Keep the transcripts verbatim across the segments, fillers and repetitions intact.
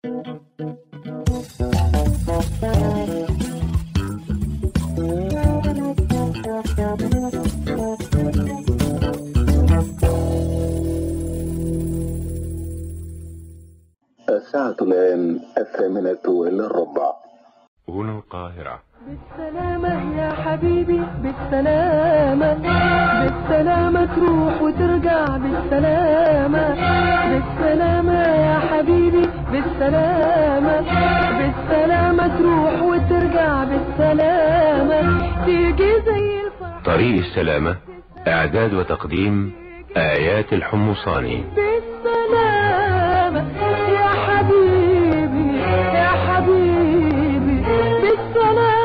الساعة الآن الثامنة إلا الربع. هنا القاهرة. بالسلامة يا حبيبي، بالسلامة بالسلامة تروح وترجع، بالسلامة بالسلامة يا حبيبي، بالسلامة بالسلامة تروح وترجع، بالسلامة تيجي زي الفرح. طريق السلامة، إعداد وتقديم آيات الحمصاني. بالسلامة يا حبيبي يا حبيبي، بالسلامة.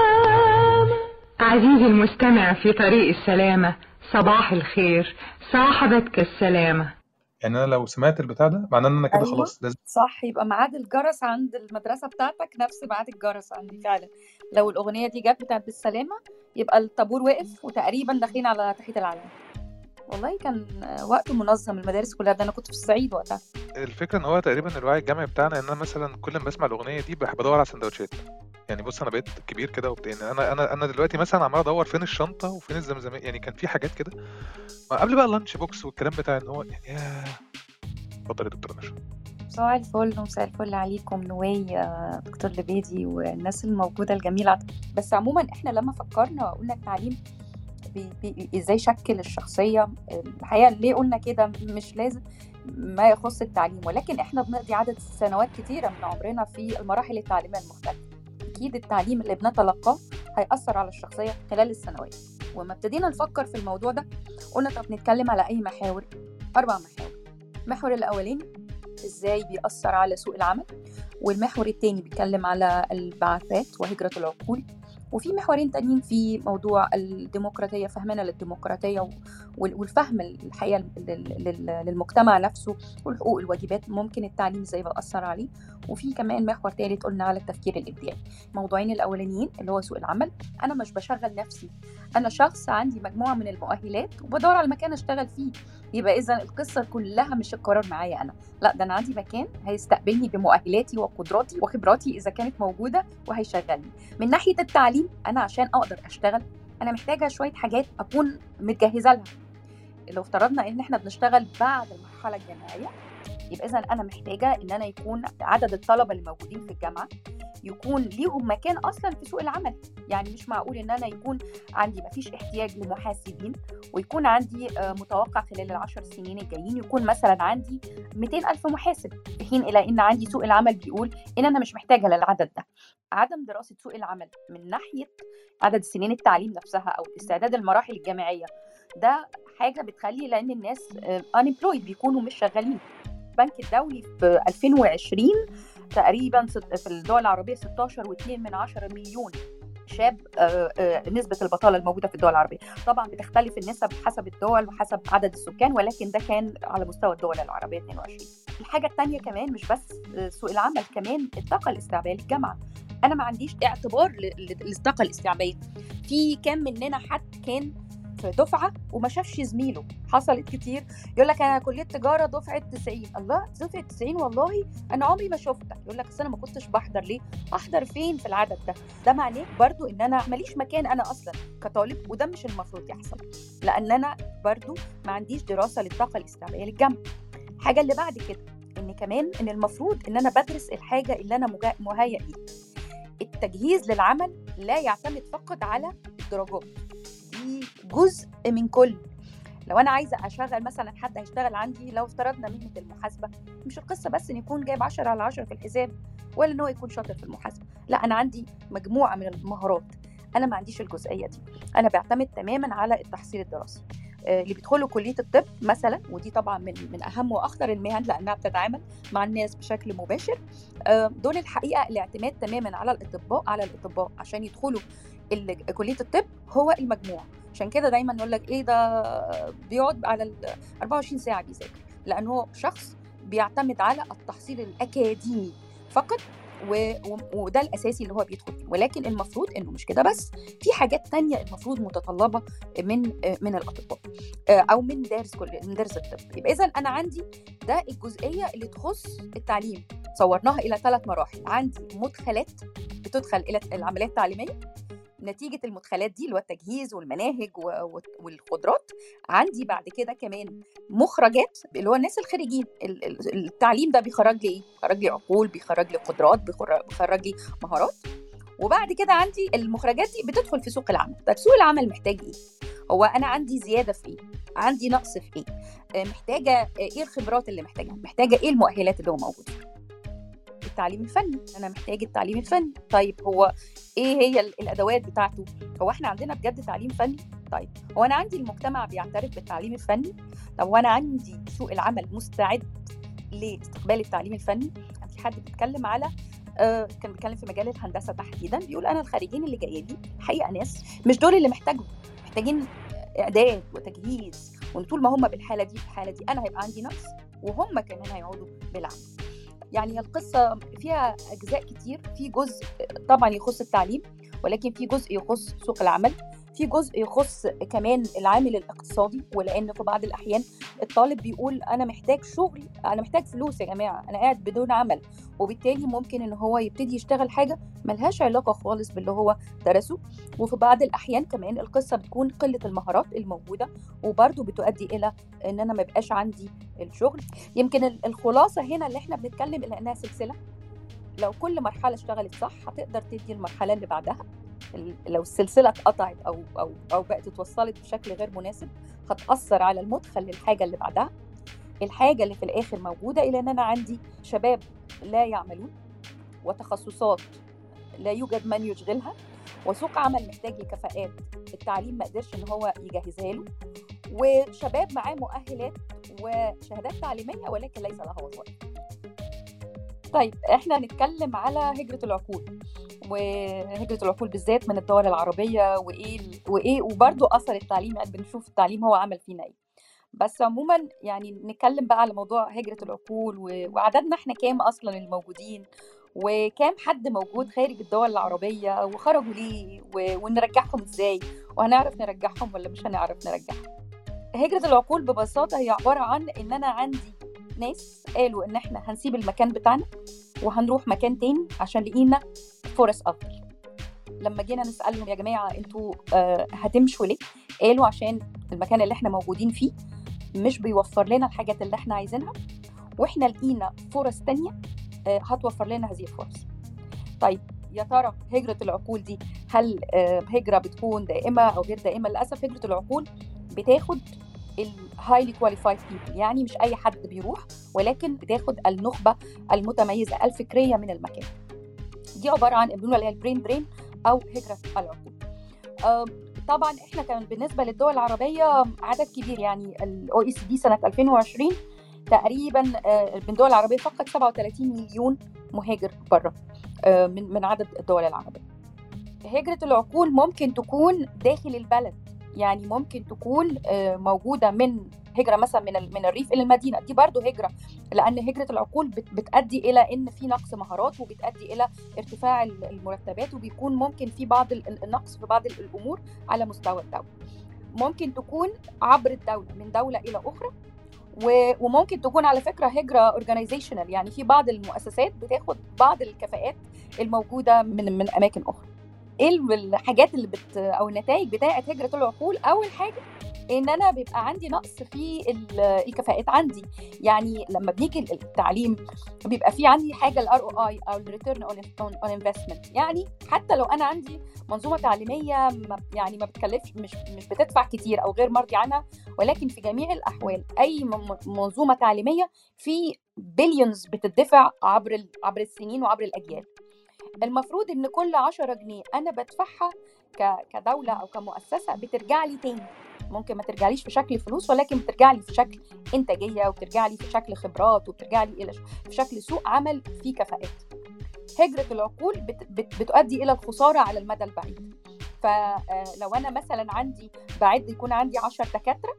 عزيزي المستمع في طريق السلامة، صباح الخير، صاحبتك السلامة. يعني انا لو سمعت البتاع ده معناه ان انا كده أيوة خلاص لازم. صح، يبقى ميعاد الجرس عند المدرسة بتاعتك نفس ميعاد الجرس عندي فعلا. لو الأغنية دي جت بتاعت بالسلامة يبقى الطابور وقف وتقريبا داخلين على تحية العلم. والله كان وقت منظم، المدارس كلها، ده انا كنت في الصعيد وقتها. الفكره ان هو تقريبا الوعي الجمعي بتاعنا ان انا مثلا كل ما بسمع الاغنيه دي بحب ادور على سندوتشات. يعني بص انا بقيت كبير كده وبت... يعني انا انا انا دلوقتي مثلا عمال ادور فين الشنطه وفين الزمزميه. يعني كان في حاجات كده ما قبل بقى اللانش بوكس والكلام بتاع ان هو يعني يا اتفضل يا دكتور نشا. صباح الفل ومساء الفل عليكم نوي، دكتور لبيدي والناس الموجوده الجميله. بس عموما احنا لما فكرنا وقلنا التعليم بي بي ازاي شكل الشخصيه، الحقيقه ليه قلنا كده؟ مش لازم ما يخص التعليم، ولكن احنا بنقضي عدد سنوات كتيره من عمرنا في المراحل التعليميه المختلفه. اكيد التعليم اللي بنتلقاه هيأثر على الشخصيه خلال السنوات. وما ابتدينا نفكر في الموضوع ده قلنا طب نتكلم على اي محاور. اربع محاور. المحور الاولاني ازاي بيأثر على سوق العمل، والمحور الثاني بيتكلم على البعثات وهجرة العقول، وفي محورين تانيين في موضوع الديمقراطية، فهمنا للديمقراطية والفهم الحقيقة للمجتمع نفسه والحقوق والواجبات، ممكن التعليم ازاي بيأثر عليه. وفي كمان محور ثالث قلنا على التفكير الإبداعي. موضوعين الأولانيين اللي هو سوق العمل، أنا مش بشغل نفسي، أنا شخص عندي مجموعة من المؤهلات وبدور على مكان أشتغل فيه. يبقى إذا القصة كلها مش القرار معايا أنا، لا ده أنا عندي مكان هيستقبلني بمؤهلاتي وقدراتي وخبراتي إذا كانت موجودة وهيشغلني. من ناحية التعليم أنا عشان أقدر أشتغل أنا محتاجة شوية حاجات أكون متجهزة لها. لو افترضنا إن إحنا بنشتغل بعد المرحلة الجامعية، يبقى إذا أنا محتاجة إن أنا يكون عدد الطلبة اللي موجودين في الجامعة يكون ليهم مكان أصلا في سوق العمل. يعني مش معقول إن أنا يكون عندي مفيش احتياج لمحاسبين ويكون عندي متوقع خلال العشر سنين الجايين يكون مثلا عندي مئتين ألف محاسب، في حين إلى إن عندي سوق العمل بيقول إن أنا مش محتاجة للعدد ده. عدم دراسة سوق العمل من ناحية عدد سنين التعليم نفسها أو استعداد المراحل الجامعية، ده حاجة بتخلي لأن الناس unemployed بيكونوا مش شغالين. البنك الدولي في ألفين وعشرين تقريبا في الدول العربية ستة عشر فاصلة اثنين من عشرة مليون شاب. نسبة البطالة الموجودة في الدول العربية طبعا بتختلف النسب حسب الدول وحسب عدد السكان، ولكن ده كان على مستوى الدول العربية اثنين وعشرين. الحاجة الثانية كمان مش بس سوق العمل، كمان الطاقة الاستيعابية للجامعة. أنا ما عنديش اعتبار للطاقة الاستيعابية. في كم مننا حد كان في دفعة وما شافش زميله؟ حصلت كتير. يقول لك أنا كلية تجارة دفعة تسعين. الله، دفعة تسعين والله أنا عمري ما شفتك. يقول لك أصل أنا ما كنتش بحضر. ليه؟ أحضر فين في العدد ده؟ ده معناه برضو إن أنا ماليش مكان أنا أصلا كطالب، وده مش المفروض يحصل لأن أنا برضو ما عنديش دراسة للطاقة الاستيعابية للجامعة. الحاجة اللي بعد كده إن كمان إن المفروض إن أنا بدرس الحاجة اللي أنا مهيئ ليها. التجهيز للعمل لا يعتمد فقط على الدرجات، دي جزء من كل. لو انا عايزه اشغل مثلا حد هيشتغل عندي، لو افترضنا مهنه المحاسبه، مش القصه بس ان يكون جايب عشرة على عشرة في الحساب ولا ان هو يكون شاطر في المحاسبه، لا انا عندي مجموعه من المهارات. انا ما عنديش الجزئيه دي. انا بعتمد تماما على التحصيل الدراسي. اللي بيدخلوا كليه الطب مثلا، ودي طبعا من من اهم واخطر المهن لانها بتتعامل مع الناس بشكل مباشر، دول الحقيقه الاعتماد تماما على الاطباء على الاطباء عشان يدخلوا كليه الطب هو المجموع. عشان كده دايما يقول لك ايه ده بيقعد على أربعة وعشرين ساعه بيذاكر، لانه شخص بيعتمد على التحصيل الاكاديمي فقط، و... وده الاساسي اللي هو بيدخل فيه. ولكن المفروض انه مش كده بس، في حاجات تانية المفروض متطلبه من من الاطباء او من دارس كل من دارس الطب. يبقى اذا انا عندي ده الجزئيه اللي تخص التعليم صورناها الى ثلاث مراحل. عندي مدخلات بتدخل الى العمليه التعليميه، نتيجه المدخلات دي اللي هو التجهيز والمناهج والقدرات. عندي بعد كده كمان مخرجات اللي هو الناس الخارجين، التعليم ده بيخرج لي ايه؟ بيخرج لي عقول، بيخرج لي قدرات، بيخرج لي مهارات. وبعد كده عندي المخرجات دي بتدخل في سوق العمل. طيب سوق العمل محتاج ايه؟ هو انا عندي زياده في ايه؟ عندي نقص في ايه؟ محتاجه ايه الخبرات اللي محتاجها؟ محتاجه ايه المؤهلات اللي هو موجوده؟ التعليم الفني، انا محتاج التعليم الفني. طيب هو ايه هي الادوات بتاعته؟ هو احنا عندنا بجد تعليم فني؟ طيب هو انا عندي المجتمع بيعترف بالتعليم الفني؟ طب وانا عندي سوق العمل مستعد لاستقبال التعليم الفني؟ كان في حد بيتكلم على آه كان بيتكلم في مجال الهندسه تحديدا، بيقول انا الخريجين اللي جايه لي الحقيقه ناس مش دول اللي محتاجهم، محتاجين اعداد وتجهيز، وان طول ما هم بالحاله دي بالحاله دي انا هيبقى عندي نقص وهم كمان هيقعدوا بالعمل. يعني القصة فيها أجزاء كتير، في جزء طبعا يخص التعليم، ولكن في جزء يخص سوق العمل، في جزء يخص كمان العامل الاقتصادي، ولأن في بعض الأحيان الطالب بيقول أنا محتاج شغل، أنا محتاج فلوس يا جماعة، أنا قاعد بدون عمل، وبالتالي ممكن إن هو يبتدي يشتغل حاجة ملهاش علاقة خالص باللي هو درسه. وفي بعض الأحيان كمان القصة بتكون قلة المهارات الموجودة، وبرضو بتؤدي إلى إن أنا ما بقاش عندي الشغل. يمكن الخلاصة هنا اللي احنا بنتكلم إلى أنها سلسلة، لو كل مرحلة اشتغلت صح هتقدر تدي المرحلة اللي بعدها. لو السلسلة اتقطعت أو, أو, أو بقت اتوصلت بشكل غير مناسب هتأثر على المدخل للحاجة اللي بعدها، الحاجة اللي في الآخر موجودة إلى أن أنا عندي شباب لا يعملون، وتخصصات لا يوجد من يشغلها، وسوق عمل محتاج لكفاءات التعليم ما قدرش إن هو يجهزها له، وشباب معاه مؤهلات وشهادات تعليمية ولكن ليس لها وظائف. طيب احنا نتكلم على هجرة العقول، وهجرة العقول بالذات من الدول العربية، وإيه وإيه وبرضو أثر التعليم، يعني بنشوف التعليم هو عمل فينا إيه. بس عموما يعني نتكلم بقى على موضوع هجرة العقول، وعددنا احنا كام أصلا الموجودين، وكام حد موجود خارج الدول العربية وخرجوا ليه، ونرجعهم ازاي، وهنعرف نرجعهم ولا مش هنعرف نرجعهم. هجرة العقول ببساطة هي عبارة عن ان انا عندي ناس قالوا ان احنا هنسيب المكان بتاعنا وهنروح مكان تاني عشان لقينا فرص افضل. لما جينا نسألهم يا جماعة انتوا آه هتمشوا ليه؟ قالوا عشان المكان اللي احنا موجودين فيه مش بيوفر لنا الحاجات اللي احنا عايزينها، واحنا لقينا فرص تانية آه هتوفر لنا هذه الفرص. طيب يا ترى هجرة العقول دي هل آه هجرة بتكون دائمة او غير دائمة؟ للأسف هجرة العقول بتاخد الهايلي كواليفايد بيبل، يعني مش اي حد بيروح، ولكن بتاخد النخبة المتميزة الفكرية من المكان. دي عبارة عن بنقول عليها البرين درين او هجرة العقول. آه طبعا احنا كان بالنسبة للدول العربية عدد كبير، يعني الاو اي سي دي سنة ألفين وعشرين تقريبا آه من الدول العربية فقط سبعة وثلاثين مليون مهاجر بره آه من من عدد الدول العربية. هجرة العقول ممكن تكون داخل البلد، يعني ممكن تكون آه موجودة من هجرة مثلا من من الريف إلى المدينة، دي برضو هجرة، لأن هجرة العقول بتؤدي إلى إن في نقص مهارات، وبتؤدي إلى ارتفاع المرتبات، وبيكون ممكن في بعض النقص في بعض الأمور على مستوى الدولة. ممكن تكون عبر الدولة من دولة إلى أخرى، وممكن تكون على فكرة هجرة أورجانيزيشنال، يعني في بعض المؤسسات بتاخد بعض الكفاءات الموجودة من من أماكن أخرى. إيه الحاجات اللي بت أو النتائج بتاعة هجرة العقول؟ أول حاجة ان انا بيبقى عندي نقص في الكفاءات عندي، يعني لما بنيجي التعليم بيبقى في عندي حاجه الار او اي او الريتيرن اون انفستمنت، يعني حتى لو انا عندي منظومه تعليميه يعني ما بتكلفش، مش مش بتدفع كتير او غير مرضي عنها، ولكن في جميع الاحوال اي منظومه تعليميه في بليونز بتدفع عبر عبر السنين وعبر الاجيال. المفروض ان كل عشرة جنيه انا بدفعها كدوله او كمؤسسه بترجع لي تاني، ممكن ما ترجعليش في شكل فلوس، ولكن بترجع لي في شكل انتاجيه، وبترجع لي في شكل خبرات، وبترجع لي الى في شكل سوق عمل فيه كفاءات. هجره العقول بت بت بتؤدي الى الخساره على المدى البعيد. فلو انا مثلا عندي بعد يكون عندي عشرة دكاتره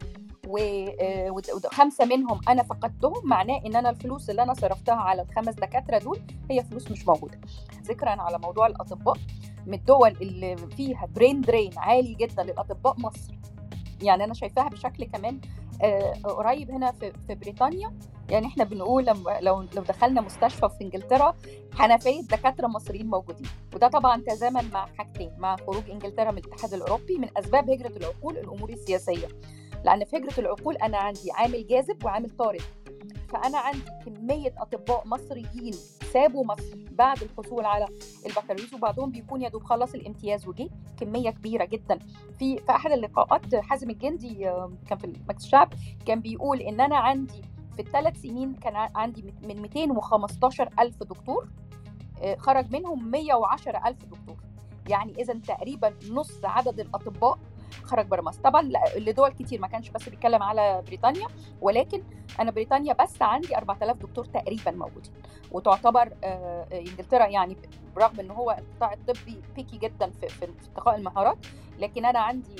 وخمسه منهم انا فقدتهم، معناه ان انا الفلوس اللي انا صرفتها على الخمس دكاتره دول هي فلوس مش موجوده. ذكرا على موضوع الاطباء، من الدول اللي فيها برين درين عالي جدا للاطباء مصر، يعني انا شايفاها بشكل كمان آه قريب هنا في, في بريطانيا. يعني احنا بنقول لما لو لو دخلنا مستشفى في انجلترا حنفيه دكاتره مصريين موجودين، وده طبعا تزامن مع حاجتين، مع خروج انجلترا من الاتحاد الاوروبي من اسباب هجره العقول الامور السياسيه. لان في هجره العقول انا عندي عامل جاذب وعامل طارد، فانا عندي كميه اطباء مصريين سابوا مصر بعد الحصول على البكالوريوس، وبعضهم بيكون يا دوب خلص الامتياز وجي، كميه كبيره جدا. في في احد اللقاءات حازم الجندي كان في مجلس الشعب كان بيقول ان انا عندي في الثلاث سنين كان عندي من مئتين وخمستاشر ألف دكتور، خرج منهم مئة وعشرة ألف دكتور، يعني اذا تقريبا نص عدد الاطباء خرج بره مصر. طبعا لدول كتير، ما كانش بس بيتكلم على بريطانيا، ولكن انا بريطانيا بس عندي أربعة آلاف دكتور تقريبا موجودين، وتعتبر انجلترا يعني برغم ان هو القطاع الطبي بيكي جدا في في ارتقاء المهارات، لكن انا عندي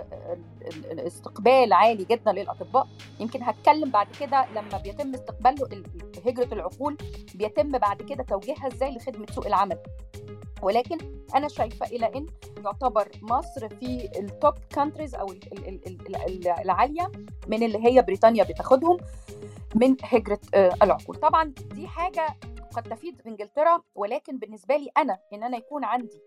استقبال عالي جدا للاطباء. يمكن هتكلم بعد كده لما بيتم استقباله هجرة العقول بيتم بعد كده توجيهها ازاي لخدمة سوق العمل. ولكن انا شايفه الى ان يعتبر مصر في التوب كانتريز او العاليه من اللي هي بريطانيا بتاخدهم من هجره العقول. طبعا دي حاجه قد تفيد انجلترا، ولكن بالنسبه لي انا ان انا يكون عندي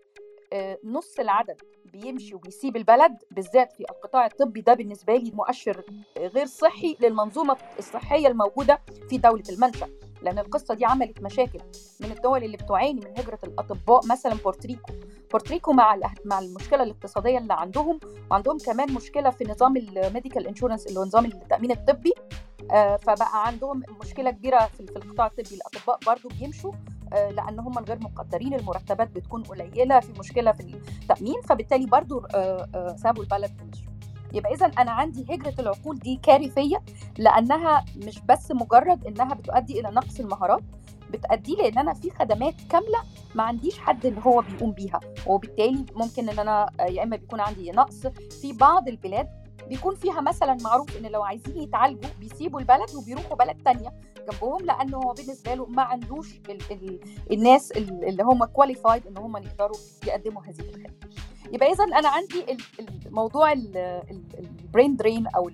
نص العدد بيمشي وبيسيب البلد بالذات في القطاع الطبي، ده بالنسبه لي مؤشر غير صحي للمنظومه الصحيه الموجوده في دوله المنشأ. لأن القصة دي عملت مشاكل من الدول اللي بتعاني من هجرة الأطباء، مثلا بورتريكو بورتريكو مع مع المشكلة الاقتصادية اللي عندهم، وعندهم كمان مشكلة في نظام الميديكال انشورنس اللي هو نظام التأمين الطبي. آه فبقى عندهم مشكلة كبيرة في القطاع الطبي، الأطباء برضو بيمشوا آه لأن هم غير مقدرين، المرتبات بتكون قليلة، في مشكلة في التأمين، فبالتالي برضو آه آه سابوا البلد ومشوا. يبقى إذن أنا عندي هجرة العقول دي كارثية، لأنها مش بس مجرد إنها بتؤدي إلى نقص المهارات، بتؤدي لي إن أنا في خدمات كاملة ما عنديش حد اللي هو بيقوم بيها، وبالتالي ممكن إن أنا يا إما بيكون عندي نقص في بعض البلاد بيكون فيها مثلا معروف إن لو عايزين يتعالجوا بيسيبوا البلد وبيروحوا بلد تانية جنبهم، لأنه هو بالنسبة له ما عندوش ال ال الناس اللي هم كواليفايد إن هم يقدروا يقدموا هذه الخدمة. يبقى إذن أنا عندي الموضوع البرين درين أو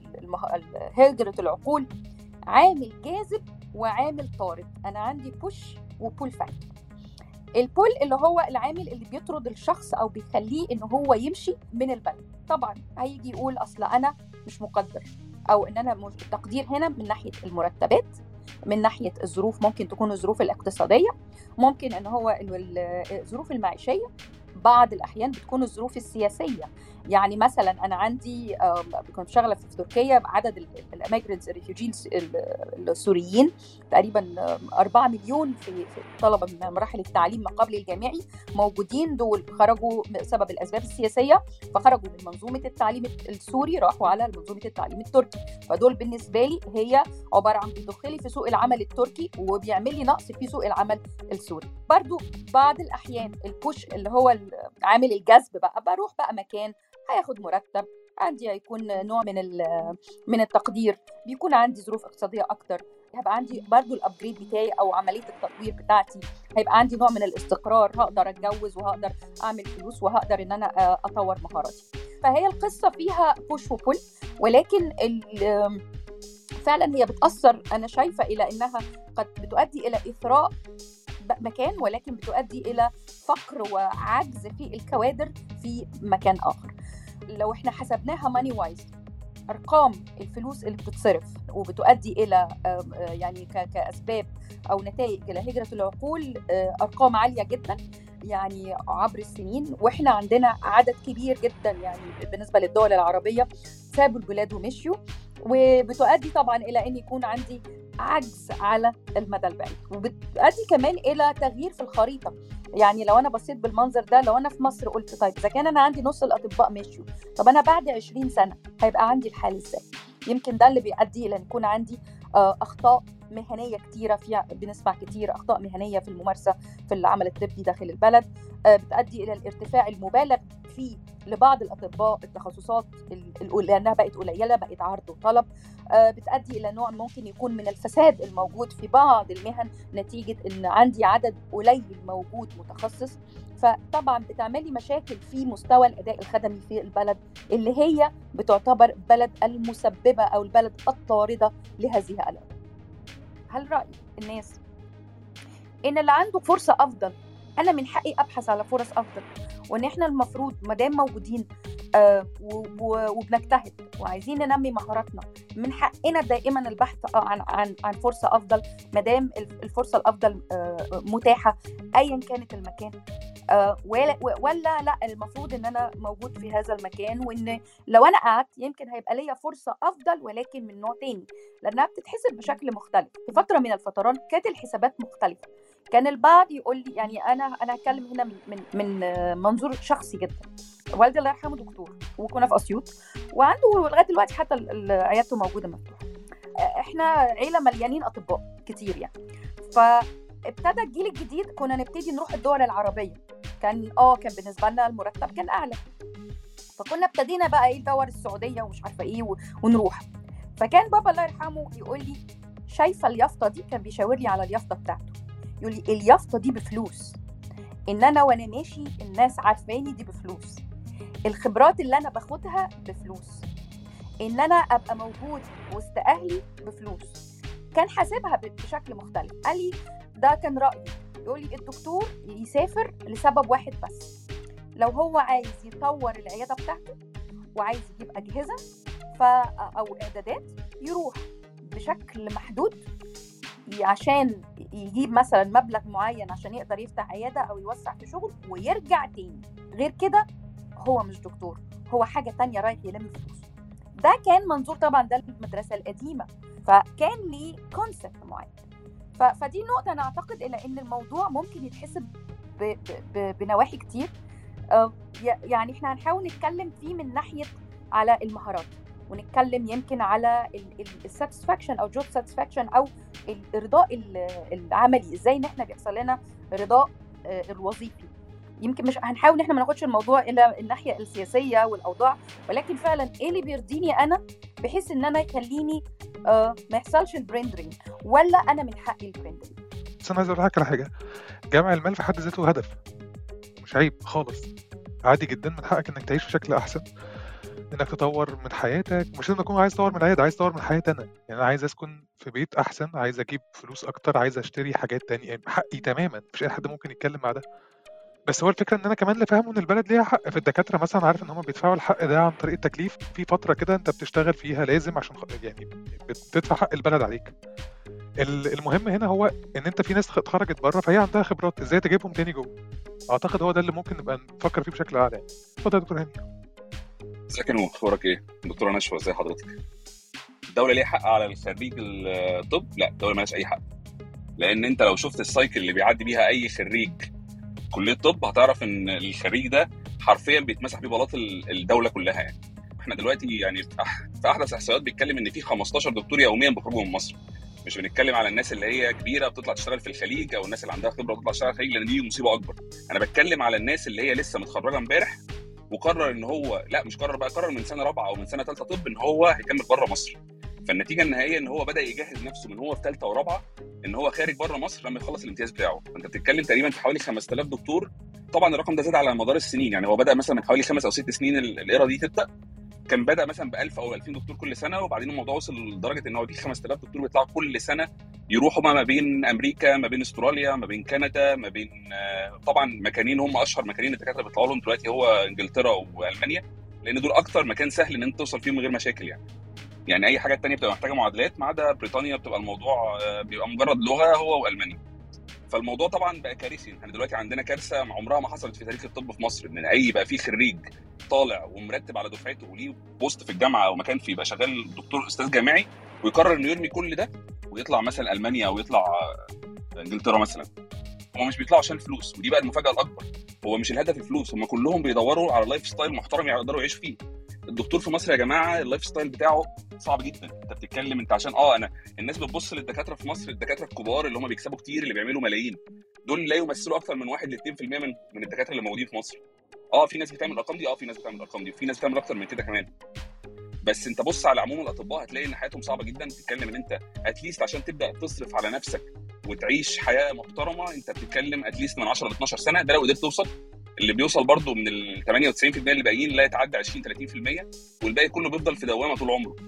هجرة العقول عامل جاذب وعامل طارد. أنا عندي بوش وبول فاكتور. البول اللي هو العامل اللي بيطرد الشخص أو بيخليه إنه هو يمشي من البلد. طبعا هيجي يقول أصل أنا مش مقدر، أو إن أنا التقدير هنا من ناحية المرتبات، من ناحية الظروف، ممكن تكون الظروف الاقتصادية، ممكن إن هو الظروف المعيشية، بعض الأحيان بتكون الظروف السياسية. يعني مثلا أنا عندي كنت شغالة في تركيا، عدد الاميجرنتس الريفيوجيز السوريين تقريبا أربعة مليون في طلبة من مراحل التعليم ما قبل الجامعي موجودين، دول خرجوا بسبب الأسباب السياسية، فخرجوا من منظومة التعليم السوري راحوا على منظومة التعليم التركي. فدول بالنسبة لي هي عبارة عن بيدخلي في سوق العمل التركي وبيعمل لي نقص في سوق العمل السوري. برضو بعض الأحيان البوش اللي هو عامل الجذب بقى، بروح بقى مكان هياخد مرتب، عندي هيكون نوع من من التقدير، بيكون عندي ظروف اقتصاديه اكتر، هيبقى عندي برضو الابجريد بتاعي او عمليه التطوير بتاعتي، هيبقى عندي نوع من الاستقرار، هقدر اتجوز وهقدر اعمل فلوس وهقدر ان انا اطور مهاراتي. فهي القصه فيها بوش وبول، ولكن فعلا هي بتاثر، انا شايفه الى انها قد بتؤدي الى اثراء مكان، ولكن بتؤدي إلى فقر وعجز في الكوادر في مكان آخر. لو احنا حسبناها ماني وايز، أرقام الفلوس اللي بتتصرف وبتؤدي إلى يعني كأسباب أو نتائج إلى هجرة العقول أرقام عالية جدا يعني عبر السنين، وإحنا عندنا عدد كبير جدا يعني بالنسبة للدول العربية سابوا البلاد ومشيوا، وبتؤدي طبعا إلى أن يكون عندي عجز على المدى البعيد، وبتؤدي كمان إلى تغيير في الخريطة. يعني لو أنا بصيت بالمنظر ده، لو أنا في مصر قلت طيب إذا كان أنا عندي نص الأطباء مشيوا، طب أنا بعد عشرين سنة هيبقى عندي الحال إزاي؟ يمكن ده اللي بيؤدي إلى أن يكون عندي أخطاء مهنية كتيرة، فيها بنسمع كتير أخطاء مهنية في الممارسة في العمل الطبي داخل البلد، بتؤدي إلى الارتفاع المبالغ فيه لبعض الأطباء التخصصات لأنها بقت قليلة، بقت عرض وطلب، بتؤدي إلى نوع ممكن يكون من الفساد الموجود في بعض المهن نتيجة إن عندي عدد قليل موجود متخصص. فطبعا بتعمل لي مشاكل في مستوى الأداء الخدمي في البلد اللي هي بتعتبر بلد المسببة أو البلد الطاردة لهذه الأمور. هل رأي الناس ان اللي عنده فرصة افضل انا من حقي ابحث على فرص افضل، وان احنا المفروض مادام موجودين آه وبنجتهد وعايزين ننمي مهاراتنا من حقنا دائما البحث عن عن عن فرصة افضل مادام الفرصة الافضل آه متاحة ايا كانت المكان، آه ولا, ولا لا المفروض ان انا موجود في هذا المكان، وان لو انا قعدت يمكن هيبقى ليا فرصة افضل ولكن من نوع تاني، لانها بتتحسب بشكل مختلف. في فترة من الفترات كانت الحسابات مختلفة، كان البعض يقول لي يعني انا انا هتكلم هنا من من من منظور شخصي جدا. والدي الله يرحمه دكتور وكنا في اسيوط وعنده لغايه دلوقتي حتى عيادته موجوده مفتوحه. احنا عيله مليانين اطباء كتير يعني، فابتدى الجيل الجديد كنا نبتدي نروح الدول العربيه، كان اه كان بالنسبه لنا المرتب كان اعلى، فكنا ابتدينا بقى ايه ندور السعوديه ومش عارفه ايه ونروح. فكان بابا الله يرحمه يقول لي شايفه اليافطه دي، كان بيشاور لي على اليافطه بتاعته يقول لي اليافطه دي بفلوس، ان انا وانا ماشي الناس عارفاني دي بفلوس، الخبرات اللي انا باخدها بفلوس، ان انا ابقى موجود وسط اهلي بفلوس. كان حاسبها بشكل مختلف. قال لي ده كان رايي، يقول لي الدكتور يسافر لسبب واحد بس، لو هو عايز يطور العياده بتاعته وعايز يجيب اجهزه ف او اعدادات يروح بشكل محدود عشان يجيب مثلا مبلغ معين عشان يقدر يفتح عياده او يوسع في شغل ويرجع تاني. غير كده هو مش دكتور، هو حاجه تانية رايح يلم فلوس. ده كان منظور طبعا ده المدرسه القديمه، فكان ليه كونسبت معين. فدي نقطه انا اعتقد الى ان الموضوع ممكن يتحسب ب... ب... بنواحي كتير. يعني احنا هنحاول نتكلم فيه من ناحيه على المهارات، ونتكلم يمكن على الساتسفاكشن او جوب ساتسفاكشن او الارضاء العملي، ازاي ان احنا بيحصل لنا رضاء الوظيفي. يمكن مش هنحاول ان احنا ما ناخدش الموضوع الى الناحيه السياسيه والاوضاع، ولكن فعلا ايه اللي بيرضيني انا بحيث ان انا يخليني آه ما يحصلش البرين درين، ولا انا من حقي البرين درين. بس انا عايز اقول لك على حاجه، جمع المال في حد ذاته هدف مش عيب خالص، عادي جدا، من حقك انك تعيش بشكل احسن، انك تطور من حياتك. مش لازم اكون عايز اطور من عيادة، عايز اطور من حياتي انا، يعني انا عايز اسكن في بيت احسن، عايز اجيب فلوس اكتر، عايز اشتري حاجات تانية، يعني حقي تماما، مش اي حد ممكن يتكلم مع ده. بس هو الفكره ان انا كمان اللي فاهمه ان البلد ليها حق في الدكاتره مثلا، عارف ان هم بيدفعوا الحق ده عن طريق التكليف في فتره كده انت بتشتغل فيها لازم عشان يعني بتدفع حق البلد عليك. المهم هنا هو ان انت في ناس اتخرجت بره فهي عندها خبرات، ازاي تجيبهم تاني جوه. اعتقد هو ده اللي ممكن نبقى نفكر فيه بشكل اعلى. اتفضل يا دكتور هاني. ازيك يا نور، اخبارك ايه؟ دكتوره نشوى، ازي حضرتك؟ الدوله ليها حق على الخريج الطب؟ لا، الدوله مالهاش اي حق، لان انت لو شفت السايكل اللي بيعدي بيها اي خريج كليه طب هتعرف ان الخريج ده حرفيا بيتمسح بيه بلاط الدوله كلها. يعني احنا دلوقتي يعني في احدث احصائيات بيتكلم ان في خمستاشر دكتور يوميا بيخرجوا من مصر. مش بنتكلم على الناس اللي هي كبيره بتطلع تشتغل في الخليج او الناس اللي عندها خبره بتطلع تشتغل في الخليج، لان دي مصيبه اكبر. انا بتكلم على الناس اللي هي لسه متخرجه امبارح وقرر ان هو لا مش قرر بقى قرر من سنه رابعه او من سنه ثالثه طب ان هو هيكمل بره مصر. فالنتيجه النهائيه ان هو بدا يجهز نفسه من هو في ثالثه ورابعه ان هو خارج بره مصر لما يخلص الامتياز بتاعه. فانت بتتكلم تقريبا في حوالي خمسة آلاف دكتور. طبعا الرقم ده زاد على مدار السنين، يعني هو بدا مثلا من حوالي خمس او ست سنين الايرا دي تبدا، كان بدا مثلا ب ألف او ألفين دكتور كل سنه، وبعدين الموضوع وصل لدرجه ان هو في خمسة آلاف دكتور بيطلعوا كل سنه يروحوا ما بين امريكا، ما بين استراليا، ما بين كندا، ما بين طبعا مكانين هم اشهر مكانين الدكاتره بيطلعوا لهم دلوقتي هو انجلترا والمانيا، لان دول اكتر مكان سهل ان انت توصل فيهم من غير مشاكل. يعني يعني اي حاجه تانية بتبقى محتاجه معادلات، ما عدا بريطانيا بتبقى الموضوع بيبقى مجرد لغه هو والمانيا. فالموضوع طبعا بقى كارثي. احنا دلوقتي عندنا كارثه عمرها ما حصلت في تاريخ الطب في مصر، ان اي بقى في خريج طالع ومرتب على دفعته وليه بوست في الجامعه او مكان فيه يبقى شغال دكتور استاذ جامعي ويقرر انه يرمي كل ده ويطلع مثلا المانيا او يطلع انجلترا مثلا. هم مش بيطلعوا عشان الفلوس، ودي بقى المفاجاه الاكبر. هو مش الهدف الفلوس، هم كلهم بيدوروا على لايف ستايل محترم يقدروا يعيشوا فيه. الدكتور في مصر يا جماعه اللايف ستايل بتاعه صعب جدا. انت بتتكلم انت عشان اه انا الناس بتبص للدكاتره في مصر، الدكاتره الكبار اللي هم بيكسبوا كتير اللي بيعملوا ملايين، دول لا يمثلوا اكتر من واحد ل اثنين بالمية من من الدكاتره اللي موجودين في مصر. اه في ناس بتعمل الارقام دي، اه في ناس بتعمل الارقام دي، وفي ناس بتعمل اكتر من كده كمان. بس انت بص على عموم الاطباء هتلاقي ان حياتهم صعبه جدا. بتتكلم ان انت اتليست عشان تبدا تصرف على نفسك وتعيش حياه محترمه انت بتتكلم اتليست من عشرة ل اتناشر سنه، ده لو قدرت توصل. اللي بيوصل برضو من ال ثمانية وتسعين بالمية اللي باقيين لا يتعدى عشرين ثلاثين بالمية، والباقي كله بيفضل في دوامه طول عمره.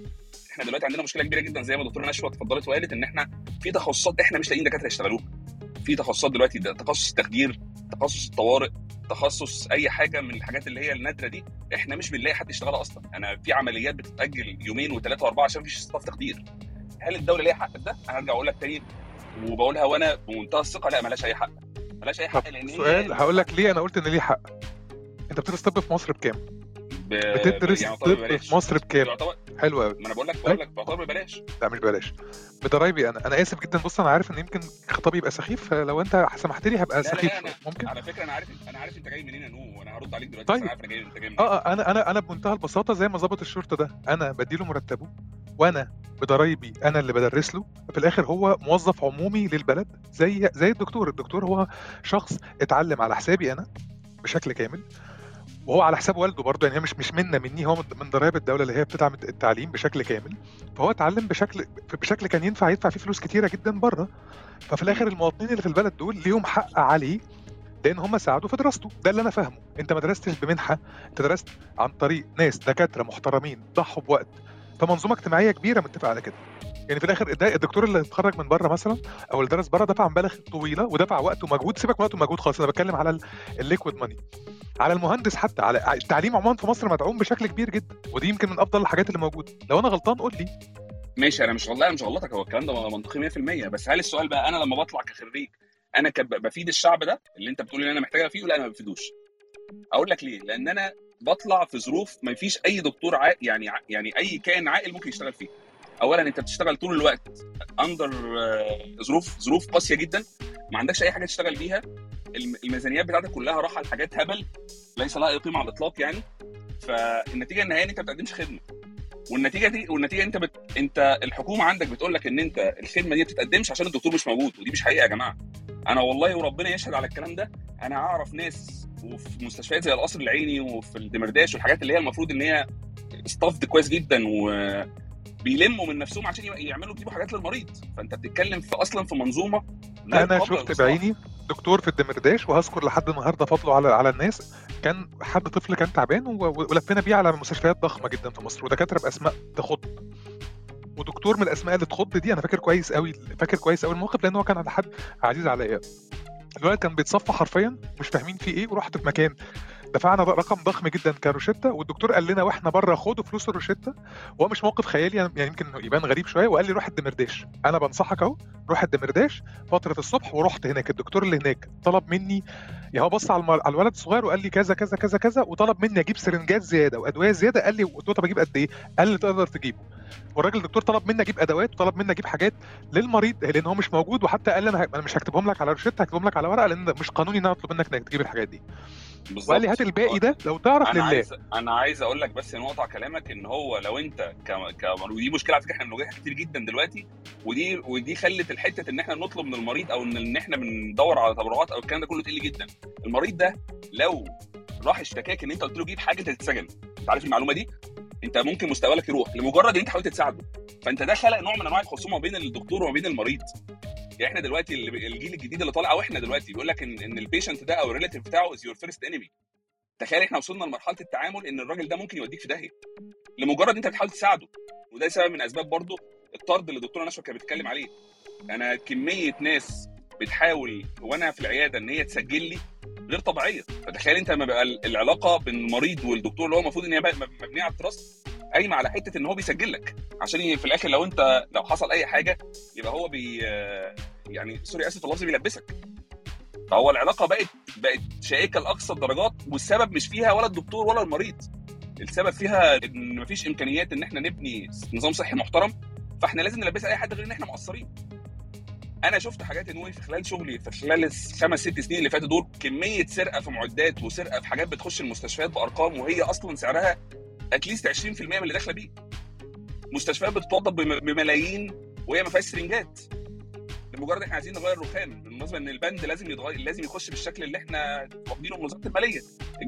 احنا دلوقتي عندنا مشكله كبيره جدا زي ما دكتوره نشوى اتفضلت وقالت ان احنا في تخصصات احنا مش لاقيين دكاتره يشتغلوها. في تخصصات دلوقتي ده تخصص تخدير، تخصص الطوارئ، تخصص اي حاجه من الحاجات اللي هي النادره دي احنا مش بنلاقي حد يشتغلها اصلا. انا في عمليات بتتاجل يومين وثلاثه واربعه عشان مفيش ستاف تخدير. هل الدوله ليها حق في ده؟ انا هرجع اقول لك تاني وبقولها وانا بمنتهى الثقه، لا مالهاش اي حق. مالهاش اي حق لان سؤال هقول لك ليه انا قلت ان ليه حق. انت بتدرس طب في مصر بكام؟ ب... بتدرس يعني طب في مصر بكام؟ يعتبر... حلو قوي. ما انا بقول لك بقول لك بعتبر ببلاش. لا مش ببلاش، بضرايبي انا. انا اسف جدا، بص انا عارف ان يمكن خطابي يبقى سخيف، فلو انت سمحت لي هبقى لا سخيف لا لا ممكن. على فكره انا عارف انا عارف انت جاي منين يا نو، وانا هرد عليك دلوقتي. طيب. بس انا عارف انا جاي انت جاي منين. اه اه انا انا انا بمنتهى البساطه زي ما ظابط الشرطه ده انا بديله مرتبه وانا بضرايبي انا اللي بدرس له، في الاخر هو موظف عمومي للبلد زي زي الدكتور. الدكتور هو شخص اتعلم على حسابي انا بشكل كامل، وهو على حساب والده برضه، يعني هي مش مش منا مني، هو من ضرائب الدوله اللي هي بتدعم التعليم بشكل كامل. فهو اتعلم بشكل بشكل كان ينفع يدفع فيه فلوس كتيره جدا بره. ففي الاخر المواطنين اللي في البلد دول ليهم حق عليه لان هم ساعدوا في دراسته. ده اللي انا فاهمه. انت ما درستش بمنحه، انت درست عن طريق ناس دكاتره محترمين ضحوا بوقت، فمنظومه اجتماعيه كبيره متفق على كده. يعني في الاخر ده الدكتور اللي اتخرج من بره مثلا او اللي درس بره دفع مبالغ طويله ودفع وقت ومجهود. سيبك من وقت ومجهود خالص، انا بتكلم على الليكويد ماني، على المهندس، حتى على التعليم عموما في مصر مدعوم بشكل كبير جدا، ودي يمكن من افضل الحاجات اللي موجوده. لو انا غلطان قول لي. ماشي، انا مش والله انا مش غلطك، هو الكلام ده منطقي مية في المية. بس هل السؤال بقى انا لما بطلع كخريج انا بفيد الشعب ده اللي انت بتقول ان انا محتاجه فيه؟ ولا انا ما بفيدوش؟ اقول لك ليه. لان انا بطلع في ظروف ما فيش اي دكتور عا... يعني يعني اي كائن عاقل ممكن يشتغل فيه. اولا انت بتشتغل طول الوقت اندر ظروف ظروف قاسيه جدا، ما عندكش اي حاجه تشتغل بيها، الميزانيات بتاعتك كلها راحه لحاجات هبل ليس لها اي قيمه على الاطلاق يعني. فالنتيجه النهائيه ان انت ما بتقدمش خدمه، والنتيجه دي والنتيجه انت بت... انت الحكومه عندك بتقول لك ان انت الخدمه دي ما بتتقدمش عشان الدكتور مش موجود، ودي مش حقيقه يا جماعه. انا والله وربنا يشهد على الكلام ده، انا اعرف ناس وفي مستشفيات زي القصر العيني وفي الدمرداش والحاجات اللي هي المفروض ان هي ستافد كويس جدا وبيلموا من نفسهم عشان يعملوا يجيبوا حاجات للمريض. فانت بتتكلم في اصلا في منظومه. انا شفت بعيني دكتور في الدمرداش وهذكر لحد النهارده فضله على على الناس. كان حد طفل كان تعبان ولفينا بيه على مستشفيات ضخمه جدا في مصر ودكاتره باسماء تخض، ودكتور من الاسماء اللي تخض دي انا فاكر كويس قوي فاكر كويس قوي الموقف لان هو كان على حد عزيز عليا. الولد كان بيتصفى حرفيا مش فاهمين فيه ايه، ورحت في مكان دفعنا رقم ضخم جدا كروشته، والدكتور قال لنا واحنا بره خدوا فلوس الروشته. وهو مش موقف خيالي يعني، يمكن يبان غريب شويه، وقال لي روح الدمرداش، انا بنصحك اهو روح الدمرداش فتره الصبح. ورحت هناك، الدكتور اللي هناك طلب مني، يعني هو بص على على الولد الصغير وقال لي كذا كذا كذا كذا، وطلب مني اجيب سرنجات زياده وادويه زياده. قال لي قلت له طب اجيب قد ايه؟ قال لي تقدر تجيبه. والراجل الدكتور طلب مني اجيب ادوات وطلب مني اجيب حاجات للمريض لان هو مش موجود، وحتى قال لي انا انا مش هكتبهم لك على روشته، هكتبهم لك على ورقه لان مش قانوني ان انا اطلب منك انك تجيب الحاجات دي. وقال لي هات الباقي ده لو تعرف أنا لله. عايز انا عايز اقول لك بس نقطه كلامك، ان هو لو انت ك... ك... ودي مشكله على فكره احنا بنواجهها كتير جدا دلوقتي، ودي ودي خلت الحته ان احنا نطلب من المريض او ان احنا بندور على تبرعات او الكلام ده كله تقل جدا. المريض ده لو راح اشتكاك ان انت قلت له جيب حاجه انت تتسجن، انت عارف المعلومه دي؟ انت ممكن مستقبلك يروح لمجرد ان انت حاولت تساعده. فانت ده خلق نوع من انواع الخصومه بين الدكتور وما بين المريض. يعني احنا دلوقتي الجيل الجديد اللي طالع او احنا دلوقتي بيقول لك ان ان البيشنت ده او الريلاتيف بتاعه از يور فيرست انمي. تخيل احنا وصلنا لمرحله التعامل ان الراجل ده ممكن يوديك في داهيه لمجرد انت بتحاول تساعده. وده سبب من اسباب برضو الطرد اللي الدكتوره نشوى كانت بتتكلم عليه. انا كميه ناس بتحاول وانا في العياده ان هي تسجل لي غير طبيعيه. فتخيل انت لما بقى العلاقه بين المريض والدكتور اللي هو المفروض ان هي مبنيه على التراست قايمه على حته ان هو بيسجل لك عشان في الاخر لو انت لو حصل اي حاجه يبقى هو بي يعني سوري اسف اللفظ بيلبسك. فهو العلاقه بقت بقت شائكه لاقصى الدرجات، والسبب مش فيها ولا الدكتور ولا المريض، السبب فيها ان مفيش امكانيات ان احنا نبني نظام صحي محترم، فاحنا لازم نلبسها اي حد غير ان احنا مقصرين. انا شفت حاجات انوي في خلال شغلي في خلال الخمس ست سنين اللي فاتوا دول، كميه سرقه في معدات وسرقه في حاجات بتخش المستشفيات بارقام وهي اصلا سعرها اتليست عشرين في المية من اللي داخله بيه. مستشفيات بتتوضب بملايين وهي ما فيهاش سرنجات لمجرد احنا عايزين نغير رخام. بالمناسبه ان البند لازم يتغير، لازم يخش بالشكل اللي احنا واخدينه من وزاره الماليه.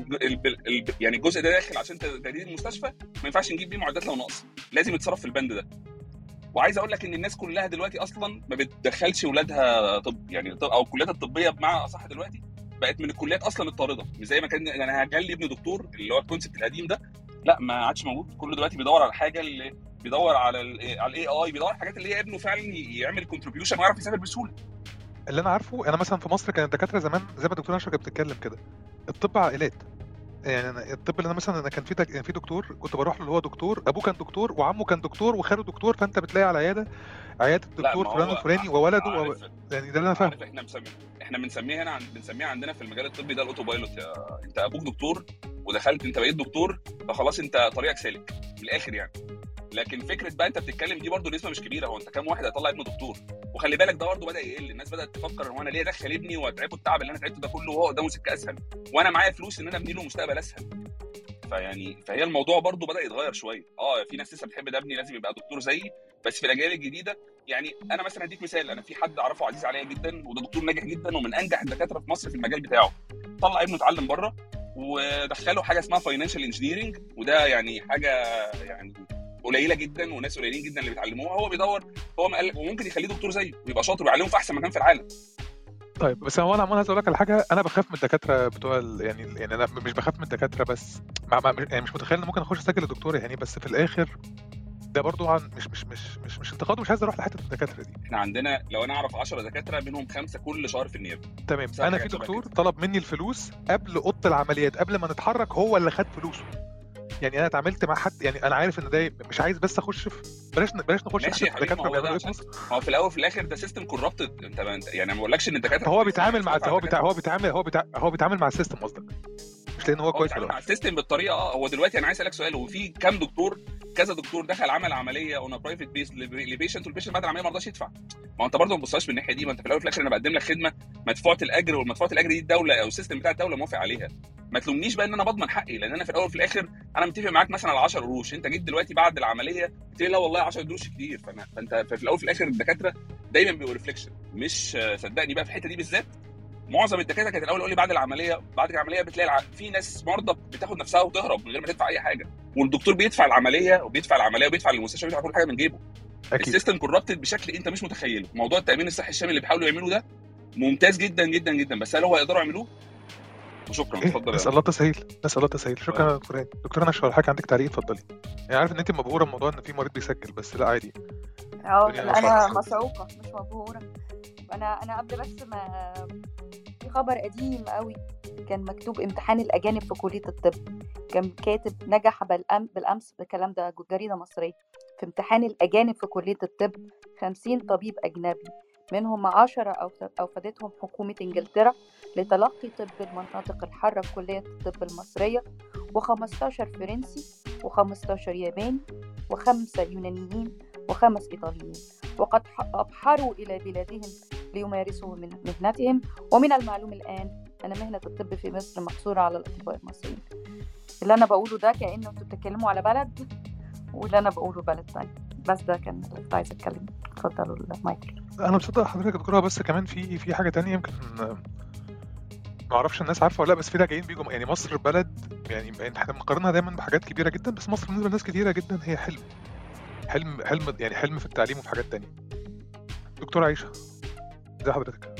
يعني الجزء ده داخل عشان تجديد المستشفى ما ينفعش نجيب بيه معدات لو ناقص، لازم يتصرف في البند ده. وعايز اقول لك ان الناس كلها دلوقتي اصلا ما بتدخلش اولادها طب يعني طب او الكليات الطبيه بمعنى اصح دلوقتي بقت من الكليات اصلا الطارده، مش زي ما كان انا هجلي ابن دكتور اللي هو الكونسيبت القديم ده، لا ما عادش موجود. كله دلوقتي بيدور على حاجه اللي بيدور على ال على الاي اي، بيدور على الحاجات اللي هي ابنه فعلا يعمل كونتريبيوشن ويعرف يسافر بسهوله. اللي انا عارفه انا مثلا في مصر كان الدكاتره زمان زي ما الدكتوره نشوى كانت بتتكلم كده، الطب عائلات. يعني أنا الطب اللي انا مثلا انا كان في دك... يعني في دكتور كنت بروح له اللي هو دكتور ابوه كان دكتور وعمه كان دكتور وخاله دكتور، فانت بتلاقي على العياده عياده لا الدكتور ما فلان هو الفلاني وولده و... عارف يعني ده اللي انا فاهمه. عارف احنا مسمي احنا بنسميها هنا عن... بنسميها عندنا في المجال الطبي ده الاوتو بايلوت. يا... انت ابوك دكتور ودخلت انت بقيت دكتور، فخلاص انت طريقك سالك من الاخر يعني. لكن فكره بقى انت بتتكلم دي برضو نسبه مش كبيره. هو انت كام واحد هيطلع ابنه دكتور؟ وخلي بالك ده برضو بدا يقل. الناس بدات تفكر هو انا ليه ادخل ابني واتعبه التعب اللي انا تعبته ده كله وهو قدامه سكه اسهل، وانا معايا فلوس ان انا ابني له مستقبل اسهل. فيعني فهي الموضوع برضو بدا يتغير شويه. اه في ناس لسه بتحب ده ابني لازم يبقى دكتور زيي، بس في الاجيال الجديده يعني انا مثلا هديك مثال. انا في حد اعرفه عزيز عليا جدا وده دكتور ناجح جدا ومن انجح الدكاتره في مصر في المجال بتاعه، طلع ابنه اتعلم بره ودخله حاجه اسمها فاينانشال انجينيرنج، وده يعني حاجه يعني قليله جدا وناس قليلين جدا اللي بيتعلموها. هو بيدور هو مقل... وممكن يخليه دكتور زيه ويبقى شاطر ويعلمه في احسن مكان في العالم. طيب بس هو انا عمال عايز اقول لك على حاجه، انا بخاف من الدكاتره بتوع ال... يعني يعني انا مش بخاف من الدكاتره بس مع... مع... يعني مش متخيل ان ممكن اخش اسجل الدكتور يعني، بس في الاخر ده برضو عن مش مش مش مش مش انتقاد ومش عايز اروح لحته الدكاتره دي. احنا عندنا لو انا اعرف عشرة دكاتره منهم خمسه كل شهر في النيابه. تمام. انا في دكتور طلب مني الفلوس قبل اوضه العمليات قبل ما نتحرك، هو اللي خد فلوسه. يعني انا اتعاملت مع حد، يعني انا عارف ان ده مش عايز بس اخش في بلاش بلاش نخش ماشي في الدكاتره بيعملوا ايه في مصر. هو في الاول وفي الاخر ده سيستم كوربتد. انت يعني ما بقولكش ان الدكاتره هو بيتعامل مع هو بتاع هو بيتعامل هو بتاع هو بيتعامل مع السيستم قصدك، مش لان هو كويس ولا مع السيستم بالطريقه. اه هو دلوقتي انا عايز اسالك سؤال، هو في كام دكتور كذا دكتور دخل عمل عمليه اون برايفت بيس لبيشنت والبيشنت بعد العمليه ما رضاش يدفع؟ ما انت برضه ما تبصاش من الناحيه دي. ما انت في الاول وفي الاخر انا بقدم لك خدمه مدفوعه الاجر، والمدفوعه الاجر دي الدوله او السيستم بتاع الدوله موافق عليها. ما تلومنيش بقى ان انا بضمن حقي، لان انا في الاول وفي الاخر انا متفق معاك مثلا على عشرة قروش، انت جيت دلوقتي بعد العمليه قلت لي لا والله عشرة قروش كتير. فانا فانت في الاول وفي الاخر الدكاتره دايما بيبقوا ريفليكشن. مش صدقني بقى في الحته دي بالذات معظم الدكاتره كانت الاول يقول لي بعد العمليه بعد العمليه بتلاقي الع... في ناس مرضى بتاخد نفسها وتهرب من غير ما تدفع اي حاجه، والدكتور بيدفع العمليه وبيدفع العمليه وبيدفع للمستشفى وبيدفع كل حاجه من جيبه. أكيد. السيستم كوربتد بشكل انت مش متخيله. موضوع التامين الصحي الشامل اللي بيحاولوا يعملوا ده ممتاز جدا جدا جدا، بس هل هو يقدروا يعملوه؟ وشكرا. اتفضل. نسال الله تسهيل نسال الله تسهيل. شكرا يا دكتور. دكتوره نشوى حضرتك عندك تعليق اتفضلي. يعني عارف ان انت مبهوره بموضوع ان في مريض بيسجل، بس لا عادي. اه انا مسعوقه مش مبهوره. انا انا قبل بس ما في خبر قديم قوي كان مكتوب امتحان الاجانب في كليه الطب، كان كاتب نجح بالأم بالامس الكلام ده جريده مصريه في امتحان الاجانب في كليه الطب خمسين طبيب اجنبي، منهم عشرة اوفدتهم حكومه انجلترا لتلقي طب المناطق الحاره في كليه الطب المصريه، وخمستاشر فرنسي وخمستاشر ياباني وخمسه يونانيين وخمس ايطاليين، وقد ابحروا الى بلادهم ليمارسوا من مهنتهم. ومن المعلوم الآن أن مهنة الطب في مصر مقصورة على الأطباء المصريين. اللي أنا بقوله ده كأنه أنتوا بتتكلموا على بلد واللي أنا بقوله بلد تاني، بس ده كان اللي كنت عايزة أتكلم. اتفضلوا المايك. أنا بصدق حضرتك يا دكتورة، بس كمان في في حاجة تانية يمكن ما أعرفش الناس عارفة ولا لا، بس في لاجئين بيجوا. يعني مصر بلد يعني احنا بنقارنها دايما بحاجات كبيرة جدا، بس مصر بالنسبة لناس كتيرة جدا هي حلم حلم حلم يعني حلم في التعليم وفي حاجات تانية. دكتورة عيشة ازي حضرتك؟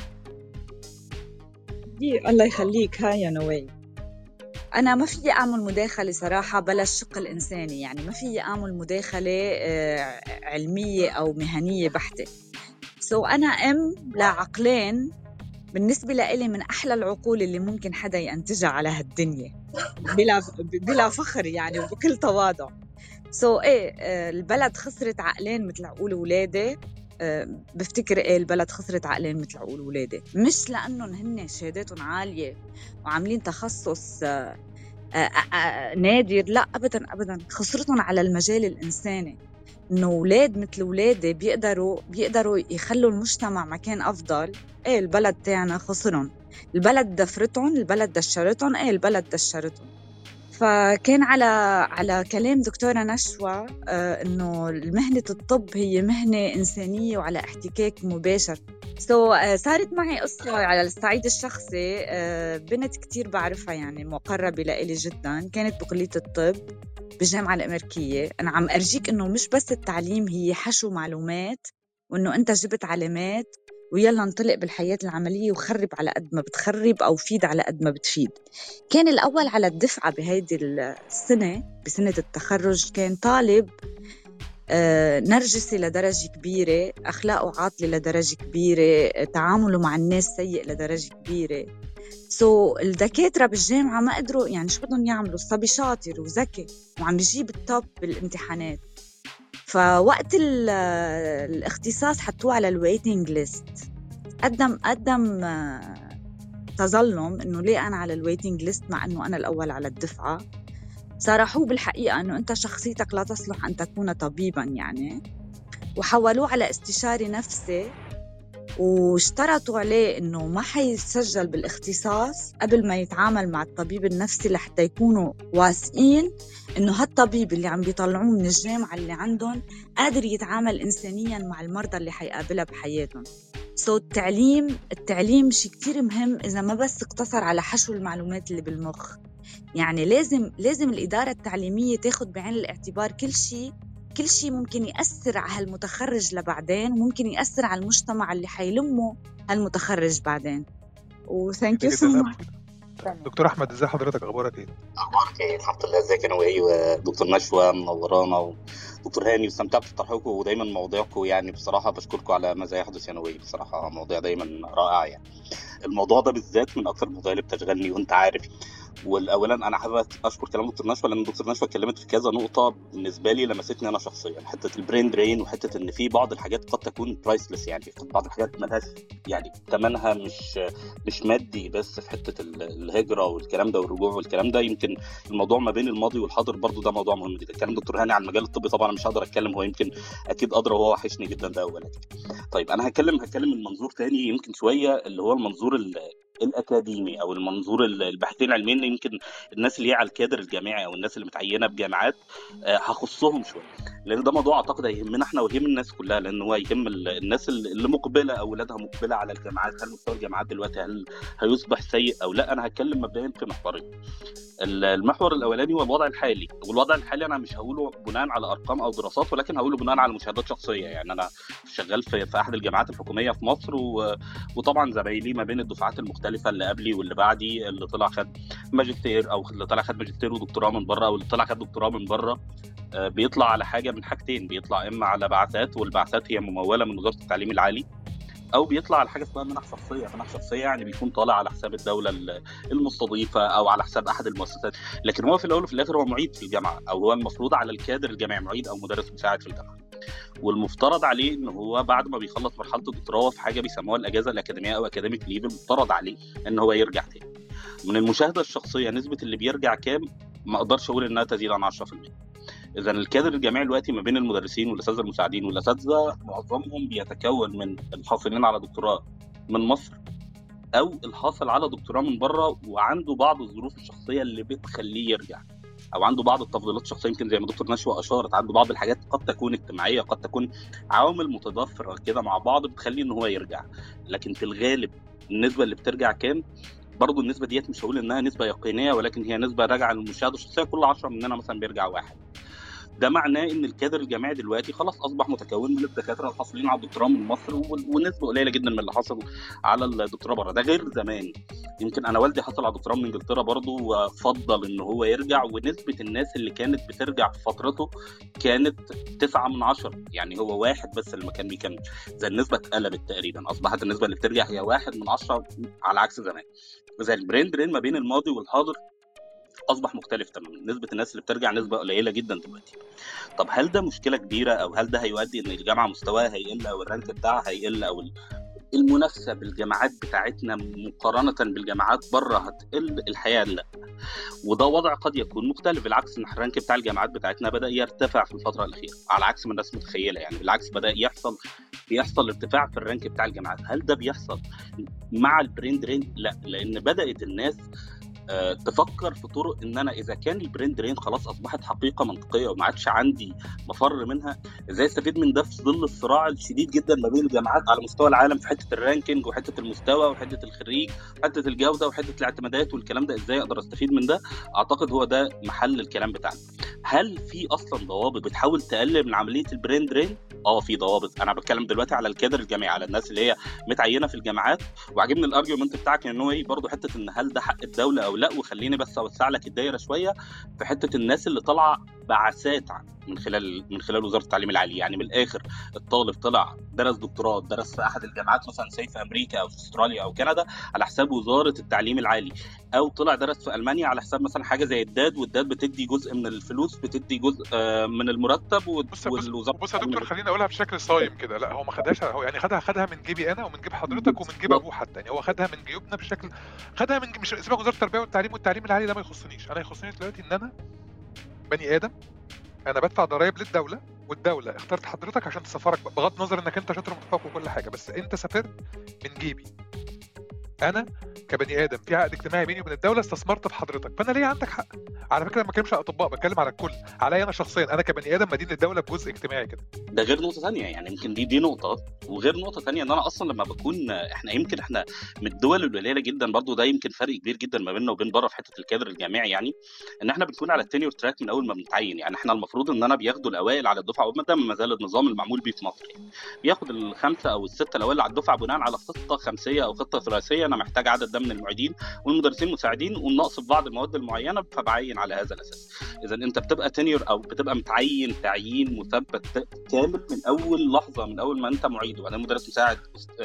دي الله يخليك. هاي يا نوي، أنا ما في أعمل مداخلة صراحة بلا الشق الإنساني، يعني ما في أعمل مداخلة علمية أو مهنية بحتة. سو أنا أم لعقلين بالنسبة لإلي من أحلى العقول اللي ممكن حدا ينتجها على هالدنيا بلا بلا فخر يعني وبكل تواضع. سو إيه البلد خسرت عقلين مثل عقول ولادي. بفتكر ايه البلد خسرت عقلين مثل عقول ولادي، مش لانهم هن شهاداتهم عاليه وعاملين تخصص آآ آآ نادر، لا ابدا ابدا، خسرتهم على المجال الانساني. انه اولاد مثل ولادي بيقدروا بيقدروا يخلوا المجتمع مكان افضل. ايه البلد تاعنا خسرهم، البلد دفرتهم، البلد دشرتهم، ايه البلد دشرتهم. فكان على على كلام دكتورة نشوى آه إنه مهنة الطب هي مهنة إنسانية وعلى احتكاك مباشر. سو آه صارت معي قصة على الصعيد الشخصي. آه بنت كتير بعرفها يعني مقربة لإلي جدا، كانت بكلية الطب بالجامعة الأمريكية. أنا عم أرجيك إنه مش بس التعليم هي حشو معلومات وإنه أنت جبت علامات ويلا نطلق بالحياة العملية وخرب على قد ما بتخرب أو فيد على قد ما بتفيد. كان الأول على الدفعة بهيدي السنة بسنة التخرج كان طالب آه، نرجسي لدرجة كبيرة، أخلاقه عاطلة لدرجة كبيرة، تعامله مع الناس سيء لدرجة كبيرة. سو so, الدكاترة بالجامعة ما قدروا، يعني شو بدهم يعملوا؟ الصبي شاطر وذكي وعم بيجيب التوب بالامتحانات، فوقت الاختصاص حطوه على الويتنج ليست. قدم قدم تظلم إنه ليه أنا على الويتنج ليست مع إنه أنا الأول على الدفعة. صرحوه بالحقيقة إنه أنت شخصيتك لا تصلح أن تكون طبيباً يعني، وحولوه على استشاري نفسي، واشترطوا عليه إنه ما حيسجل بالاختصاص قبل ما يتعامل مع الطبيب النفسي، لحتى يكونوا واثقين إنه هالطبيب اللي عم بيطلعوه من الجامعة اللي عندهم قادر يتعامل إنسانياً مع المرضى اللي حيقابلها بحياتهم. سو التعليم التعليم شيء كتير مهم، إذا ما بس اقتصر على حشو المعلومات اللي بالمخ. يعني لازم لازم الإدارة التعليمية تاخد بعين الاعتبار كل شيء كل شيء ممكن يأثر على هالمتخرج لبعدين، وممكن يأثر على المجتمع اللي حيلمه هالمتخرج بعدين. وثانك يو سو ماتش. دكتور احمد، ازاي حضرتك؟ اخبارك ايه؟ اخبارك ايه؟ الحمد لله. ازيك يا نوائي ودكتور نشوى منورانا ودكتور هاني، واستمتعت بطرحكم ودايما مواضيعكم، يعني بصراحه بشكركم على ماذا يحدث يا نوائي. بصراحه مواضيع دايما رائعه، يعني الموضوع ده بالذات من اكثر المواضيع اللي بتشغلني وانت عارف. والاولا انا حابب اشكر كلام دكتور نشوى، لان دكتور نشوى اتكلمت في كذا نقطه بالنسبه لي لمستني انا شخصيا، حته البرين درين، وحته ان في بعض الحاجات قد تكون برايسلس، يعني في بعض الحاجات مالهاش يعني ثمنها مش مش مادي بس، في حته الهجره والكلام ده والرجوع والكلام ده. يمكن الموضوع ما بين الماضي والحاضر برضو ده موضوع مهم جدا. كلام دكتور هاني عن المجال الطبي طبعا مش هقدر اتكلم، هو يمكن اكيد ادرى وهو وحشني جدا ده اولا. طيب انا هتكلم هتكلم من منظور ثاني يمكن شويه، اللي هو المنظور الاكاديمي او المنظور الباحثين العلميين. يمكن الناس اللي هي على الكادر الجامعي او الناس اللي متعينه بجامعات هخصهم شويه، لان ده موضوع اعتقد هيهمنا احنا ويهم الناس كلها، لان هو يهم الناس اللي مقبله او اولادها مقبله على الجامعات. هل مستوى الجامعات دلوقتي هل هيصبح سيء او لا؟ انا هتكلم مبدئيا في محورين. المحور الاولاني هو الوضع الحالي، والوضع الحالي انا مش هقوله بناء على ارقام او دراسات، ولكن هقوله بناء على مشاهدات شخصيه. يعني انا شغال في, في احد الجامعات الحكوميه في مصر، و... وطبعا زمايلي ما بين الدفعات المختلفه اللي قبلي واللي بعدي، اللي طلع خد ماجستير او اللي طلع خد ماجستير ودكتوراه من بره، او اللي طلع خد دكتوراه من بره، بيطلع على حاجه من حاجتين: بيطلع اما على بعثات، والبعثات هي مموله من وزاره التعليم العالي، او بيطلع على حاجه اسمها منح شخصيه. منح شخصيه يعني بيكون طالع على حساب الدوله المستضيفه او على حساب احد المؤسسات، لكن هو في الاول وفي الاخر هو معيد في الجامعه، او هو المفروض على الكادر الجامعي معيد او مدرس مساعد في الجامعه. والمفترض عليه ان هو بعد ما بيخلص مرحله الدكتوراه في حاجه بيسموها الاجازه الاكاديميه او اكاديميك ليف، المفترض عليه ان هو يرجع تاني. من المشاهده الشخصيه نسبه اللي بيرجع كام؟ ما اقدرش اقول انها تزيد عن عشرة في المية. اذا الكادر الجامعي دلوقتي ما بين المدرسين والاساتذه المساعدين والاساتذه معظمهم بيتكون من الحاصلين على دكتوراه من مصر، او الحاصل على دكتوراه من بره وعنده بعض الظروف الشخصيه اللي بتخليه يرجع، او عنده بعض التفضيلات الشخصيه. يمكن زي ما دكتور نشوى اشارت، عنده بعض الحاجات قد تكون اجتماعيه، قد تكون عوامل متضافره كده مع بعض بتخليه ان هو يرجع. لكن في الغالب النسبه اللي بترجع كام؟ برضو النسبه ديت مش هقول انها نسبه يقينيه، ولكن هي نسبه راجعه للمشاهده الشخصيه. كل عشرة مننا مثلا بيرجع واحد. ده معناه ان الكادر الجامعي دلوقتي خلاص اصبح متكون من الدكاتره الحاصلين على الدكتوراه من مصر، ونسبه قليله جدا من اللي حصل على الدكتوراه بره. ده غير زمان. يمكن انا والدي حصل على دكتوراه من انجلترا برضو وفضل ان هو يرجع، ونسبه الناس اللي كانت بترجع في فترته كانت تسعة من عشرة، يعني هو واحد بس اللي ما كان بيكمل. زي النسبه اتقلبت تقريبا، اصبحت النسبه اللي بترجع هي واحد من عشرة على عكس زمان. زي البرين درين ما بين الماضي والحاضر اصبح مختلف تماما. نسبه الناس اللي بترجع نسبه قليله جدا دلوقتي. طب هل ده مشكله كبيره، او هل ده هيؤدي ان الجامعه مستواها هيقل او الرانك بتاعها هيقل، او المنافسه بالجامعات بتاعتنا مقارنه بالجامعات بره هتقل؟ الحقيقه لا، وده وضع قد يكون مختلف. بالعكس ان الرانك بتاع الجامعات بتاعتنا بدا يرتفع في الفتره الاخيره على عكس ما الناس متخيله. يعني بالعكس بدا يحصل بيحصل ارتفاع في الرانك بتاع الجامعات. هل ده بيحصل مع البرين درين؟ لا، لان بدات الناس أه تفكر في طرق ان انا اذا كان البرين درين خلاص اصبحت حقيقه منطقيه وما عادش عندي مفر منها، ازاي استفيد من ده في ظل الصراع الشديد جدا ما بين الجامعات على مستوى العالم في حته الرانكينج وحته المستوى وحته الخريج وحته الجوده وحته الاعتمادات والكلام ده؟ ازاي اقدر استفيد من ده؟ اعتقد هو ده محل الكلام بتاعنا. هل في اصلا ضوابط بتحاول تقلل من عمليه البرين درين؟ اه في ضوابط. انا بتكلم دلوقتي على الكادر الجامعي، على الناس اللي هي متعينه في الجامعات. وعجبني الارجيومنت بتاعك ان هو ايه برضه حته ان هل ده حق الدوله او لا. وخليني بس اوسع لك الدايره شويه في حته الناس اللي طالعه بعثات من خلال من خلال وزاره التعليم العالي. يعني من الاخر الطالب طلع درس دكتوراه، درس في احد الجامعات مثلا زي في امريكا او في استراليا او كندا على حساب وزاره التعليم العالي، او طلع درس في المانيا على حساب مثلا حاجه زي الداد، والداد بتدي جزء من الفلوس، بتدي جزء من المرتب. بص بص بص يا دكتور، خليني اقولها بشكل صايم كده، لا هو ما خدهاش، هو يعني خدها خدها من جيبي انا ومن جيب حضرتك ومن جيب ابوه حتى، يعني هو خدها من جيوبنا بشكل، خدها من مش سيبك وزاره التربيه والتعليم والتعليم العالي ده ما يخصنيش، انا يخصني دلوقتي ان انا بني ادم، انا بدفع ضرائب للدوله، والدوله اختارت حضرتك عشان تسافرك، بغض النظر انك انت شاطر ومتفوق وكل حاجه، بس انت سافرت من جيبي. انا كبني ادم في عقد اجتماعي بيني وبين الدوله، استثمرت في حضرتك، فانا ليه عندك حق. على فكره ما بتكلمش على اطباء، بتكلم على الكل، عليا انا شخصيا، انا كبني ادم مدين للدوله بجزء اجتماعي كده. ده غير نقطه ثانيه، يعني يمكن دي دي نقطه، وغير نقطه ثانيه ان انا اصلا لما بكون، احنا يمكن احنا من الدول القليله جدا برضو، ده يمكن فرق كبير جدا ما بيننا وبين بره في حته الكادر الجامعي، يعني ان احنا بنكون على التينيور تراك من اول ما بنتعين. يعني احنا المفروض ان انا بياخدوا الاوائل على الدفعه، وده ما زال النظام المعمول بيه في مصر، يعني بياخد الخمسه او السته الاوائل على الدفعه بناء على خطه خمسيه او خطه ثلاثيه، انا محتاج عدد ده من المعيدين والمدرسين المساعدين والنقص في بعض المواد المعينه، فبعين على هذا الاساس. اذا انت بتبقى تينيور او بتبقى متعين تعيين مثبت كامل من اول لحظه، من اول ما انت معيد وبعدين مدرس مساعد،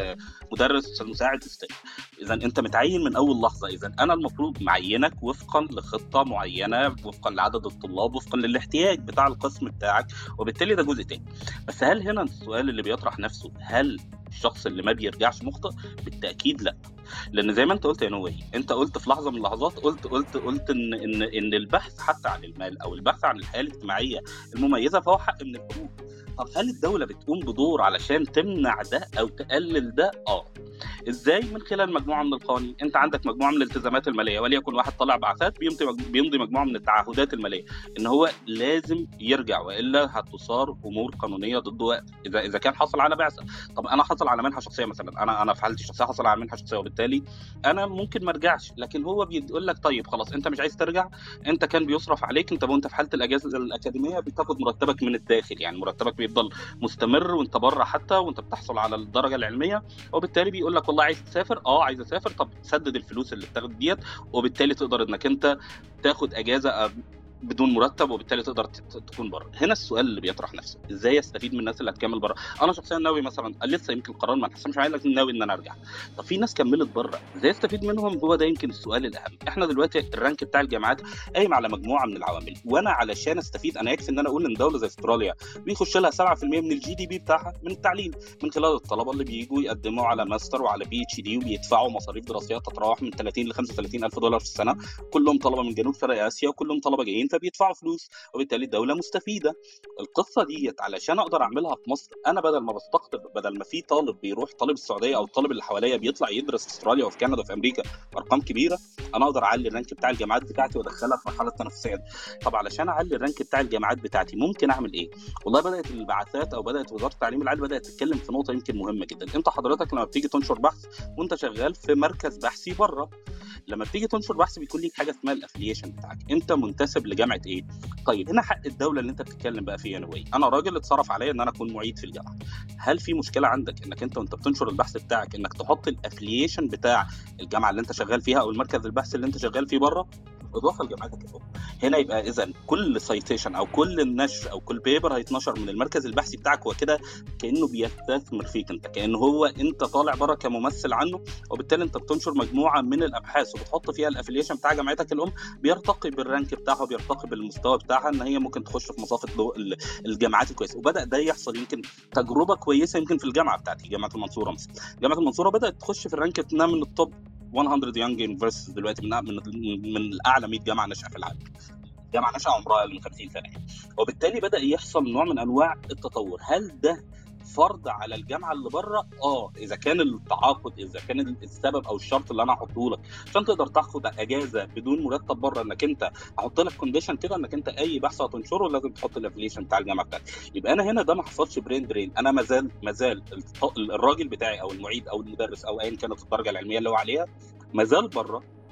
مدرس مساعد استاذ. اذا انت متعين من اول لحظه. اذا انا المفروض معينك وفقا لخطه معينه، وفقا لعدد الطلاب، وفقا للاحتياج بتاع القسم بتاعك، وبالتالي ده جزء تاني. بس هل هنا السؤال اللي بيطرح نفسه، هل الشخص اللي ما بيرجعش مخطئ؟ بالتاكيد لا، لان زي ما انت قلت يا نووي، انت قلت في لحظه من اللحظات، قلت قلت قلت ان ان ان البحث حتى عن المال او البحث عن الحياه الاجتماعيه المميزه فهو حق من الحقوق. طب هل الدوله بتقوم بدور علشان تمنع ده او تقلل ده؟ اه. ازاي؟ من خلال مجموعه من القوانين. انت عندك مجموعه من الالتزامات الماليه، وليكن واحد طلع بعثات بيمضي بيمضي مجموعه من التعهدات الماليه ان هو لازم يرجع، والا هتصار امور قانونيه ضده اذا اذا كان حصل على بعثه. طب انا حصل على منحه شخصيه مثلا، انا انا في حالتي الشخصيه حصل على منحه شخصيه، وبالتالي انا ممكن ما ارجعش، لكن هو بيقول لك طيب خلاص انت مش عايز ترجع، انت كان بيصرف عليك، انت وانت في حاله الاجازه الاكاديميه بتاخد مرتبك من الداخل، يعني مرتبك بيفضل مستمر وانت بره حتى وانت بتحصل على الدرجه العلميه، وبالتالي بيقول لك والله عايز تسافر، اه عايز اسافر، طب سدد الفلوس اللي بتاخد ديت، وبالتالي تقدر انك انت تاخد اجازه بدون مرتب، وبالتالي تقدر تكون بره. هنا السؤال اللي بيطرح نفسه، ازاي استفيد من الناس اللي هتكمل بره؟ انا شخصيا ناوي مثلا، لسه يمكن القرار ما اتحسمش معايا، لكن ناوي ان انا ارجع. طب في ناس كملت بره، ازاي استفيد منهم؟ هو ده يمكن السؤال الاهم. احنا دلوقتي الرانك بتاع الجامعات قايم على مجموعه من العوامل، وانا علشان استفيد انا يكفي ان انا اقول ان دوله زي استراليا بيخش لها سبعة في المية من الجي دي بي بتاعها من التعليم، من خلال الطلبه اللي بييجوا يقدموا على ماستر وعلى بي اتش دي، وبيدفعوا مصاريف دراسيه تتراوح من ثلاثين ل خمسة وثلاثين الف دولار في السنه، كلهم طلبه من جنوب شرق اسيا، وكلهم طلبه جايين فبيدفعوا فلوس، وبالتالي الدوله مستفيده. القصه ديت علشان اقدر اعملها في مصر، انا بدل ما بستقطب، بدل ما في طالب بيروح طالب السعوديه او الطالب اللي حواليا بيطلع يدرس في استراليا وفي كندا وفي امريكا بارقام كبيره، انا اقدر اعلي الرانك بتاع الجامعات بتاعتي وادخلها في مرحله تنافسيه. طب علشان اعلي الرانك بتاع الجامعات بتاعتي ممكن اعمل ايه؟ والله بدات البعثات او بدات وزاره التعليم العالي بدات تتكلم في نقطه يمكن مهمه جدا. انت حضرتك لما بتيجي تنشر بحث وانت شغال في مركز بحثي بره، لما بتيجي تنشر بحث بيكون ليك حاجه اسمها الافليشن بتاعك، انت منتسب لجامعه ايه؟ طيب هنا حق الدوله اللي انت بتتكلم بقى فيه نووي، انا راجل اتصرف عليا ان انا اكون معيد في الجامعه، هل في مشكله عندك انك انت وانت بتنشر البحث بتاعك انك تحط الافليشن بتاع الجامعه اللي انت شغال فيها او المركز البحثي اللي انت شغال فيه بره اضافه لجامعتك الام؟ هنا يبقى اذا كل سايتيشن او كل النشر او كل بيبر هيتنشر من المركز البحثي بتاعك هو كده كانه بيستثمر فيك انت، كانه هو انت طالع بره كممثل عنه، وبالتالي انت بتنشر مجموعه من الابحاث وبتحط فيها الافليشن بتاع جامعتك الام، بيرتقي بالرانك بتاعها وبيرتقي بالمستوى بتاعها ان هي ممكن تخش في مصافه الجامعات الكويسه. وبدا ده يحصل، يمكن تجربه كويسه يمكن في الجامعه بتاعتي جامعه المنصوره مثلا. جامعه المنصوره بدات تخش في الرانك انها من التوب مية يونج يونيفرسيتيز دلوقتي، من من من الاعلى مية جامعه ناشئه في العالم، جامعه ناشئه عمرها اقل من خمسين سنه، وبالتالي بدا يحصل نوع من انواع التطور. هل ده فرض على الجامعه اللي بره؟ اه اذا كان التعاقد، اذا كان السبب او الشرط اللي انا هحطه لك عشان تقدر تاخد اجازه بدون مرتب بره، انك انت هحط لك كونديشن كده انك انت اي بحث هتنشره لازم تحط الافليشن بتاع الجامعه بتاعتك، يبقى انا هنا ده ما حصلش برين درين، انا ما زال ما زال الراجل بتاعي او المعيد او المدرس او ايا كانت الدرجه العلميه اللي هو عليها ما زال بره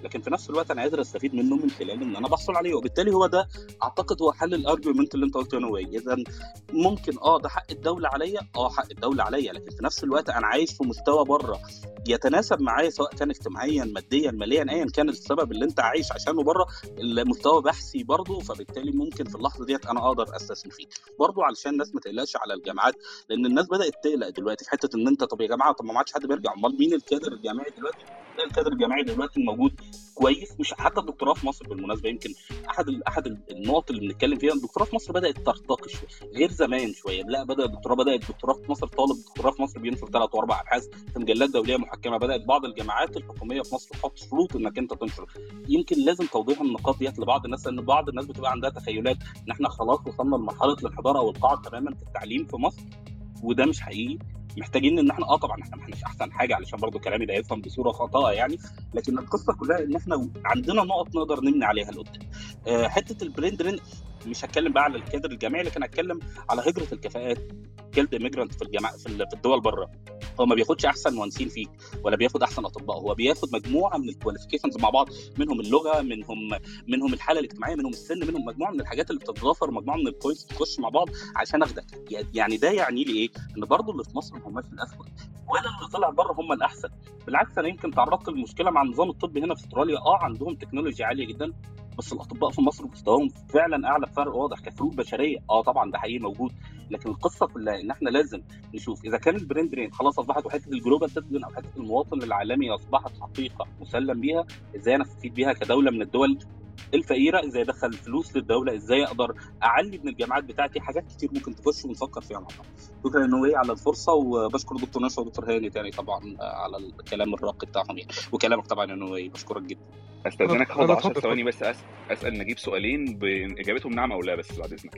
لكن في نفس الوقت انا قادر استفيد منه من خلال ان انا بحصل عليه، وبالتالي هو ده اعتقد هو حل الارجيومنت اللي انت قلته انا وياه. اذا ممكن اه ده حق الدوله عليا، اه حق الدوله عليا، لكن في نفس الوقت انا عايش في مستوى بره يتناسب معايا، سواء كان اجتماعيا ماديا ماليا ايا كان السبب اللي انت عايش عشانه بره، المستوى بحثي برضه، فبالتالي ممكن في اللحظه ديت انا اقدر استثمر فيه برضه، علشان الناس ما تقلقش على الجامعات، لان الناس بدات تقلق دلوقتي في حته ان انت طب يا جماعه طب ما عادش حد بيرجع، امال مين الكادر الجامعي دلوقتي؟ لا الكادر الجامعي دلوقتي موجود كويس، مش حتى الدكتوراه في مصر بالمناسبه يمكن احد احد النقط اللي بنتكلم فيها، الدكتوراه في مصر بدات ترتقي شويه غير زمان شويه، لا بدا الدكتوراه بدات الدكتوراه في مصر طالب دكتوراه في مصر بينشر ثلاث واربع ابحاث في مجلات دوليه محكمه، بدات بعض الجامعات الحكوميه في مصر تحط شروط انك انت تنشر. يمكن لازم توضيح النقاط ديت لبعض الناس، لان بعض الناس بتبقى عندها تخيلات ان احنا خلاص وصلنا لمرحله الانحدار او القاع تماما في التعليم في مصر، وده مش حقيقي. محتاجين ان احنا اه طبعا احنا مش احسن حاجه علشان برضو كلامي ده يفهم بصوره خاطئه يعني، لكن القصه كلها ان احنا عندنا نقط نقدر نبني عليها لقدام. آه حته البرين درين مش هتكلم بقى على الكادر الجامعي، لكن هتكلم على هجره الكفاءات. كيلد ايميجرانت في الجامعه في الدول بره، هو ما بياخدش احسن مهندسين فيك ولا بياخد احسن اطباء، هو بياخد مجموعه من الكواليفيكيشنز مع بعض، منهم اللغه، منهم منهم الحاله الاجتماعيه، منهم السن، منهم مجموعه من الحاجات اللي بتتضافر، مجموعه من البوينتس تخش مع بعض عشان اخدك. يعني ده يعني لي ايه؟ ان برضو اللي في مصر ما هماش الاسوء ولا اللي طلع بره هم الاحسن، بالعكس انا يمكن تعرضت للمشكله مع النظام الطبي هنا في استراليا، اه عندهم تكنولوجيا عاليه جدا بس الاطباء في مصر مستواهم فعلا اعلى بفرق واضح كفروق بشريه، اه طبعا ده حقيقي موجود، لكن القصه كلها ان احنا لازم نشوف اذا كان البرين درين خلاص اصبحت وحته الجلوبال سيتيزن او حته المواطن العالمي اصبحت حقيقه مسلم بيها، ازاي انا استفيد بيها كدوله من الدول الفقيره، ازاي ادخل فلوس للدوله، ازاي اقدر اعلي من الجامعات بتاعتي، حاجات كتير ممكن تخش ونفكر فيها مع بعض. شكرا انه ايه على الفرصه، وبشكر دكتور نشوى ودكتور هاني تاني طبعا على الكلام الراقي بتاعهم يعني، وكلامك طبعا انه ايه بشكرك جدا. استاذنك هاخد عشر ثواني بس أسأل, اسال نجيب سؤالين باجابتهم نعم او لا بس بعد اذنك.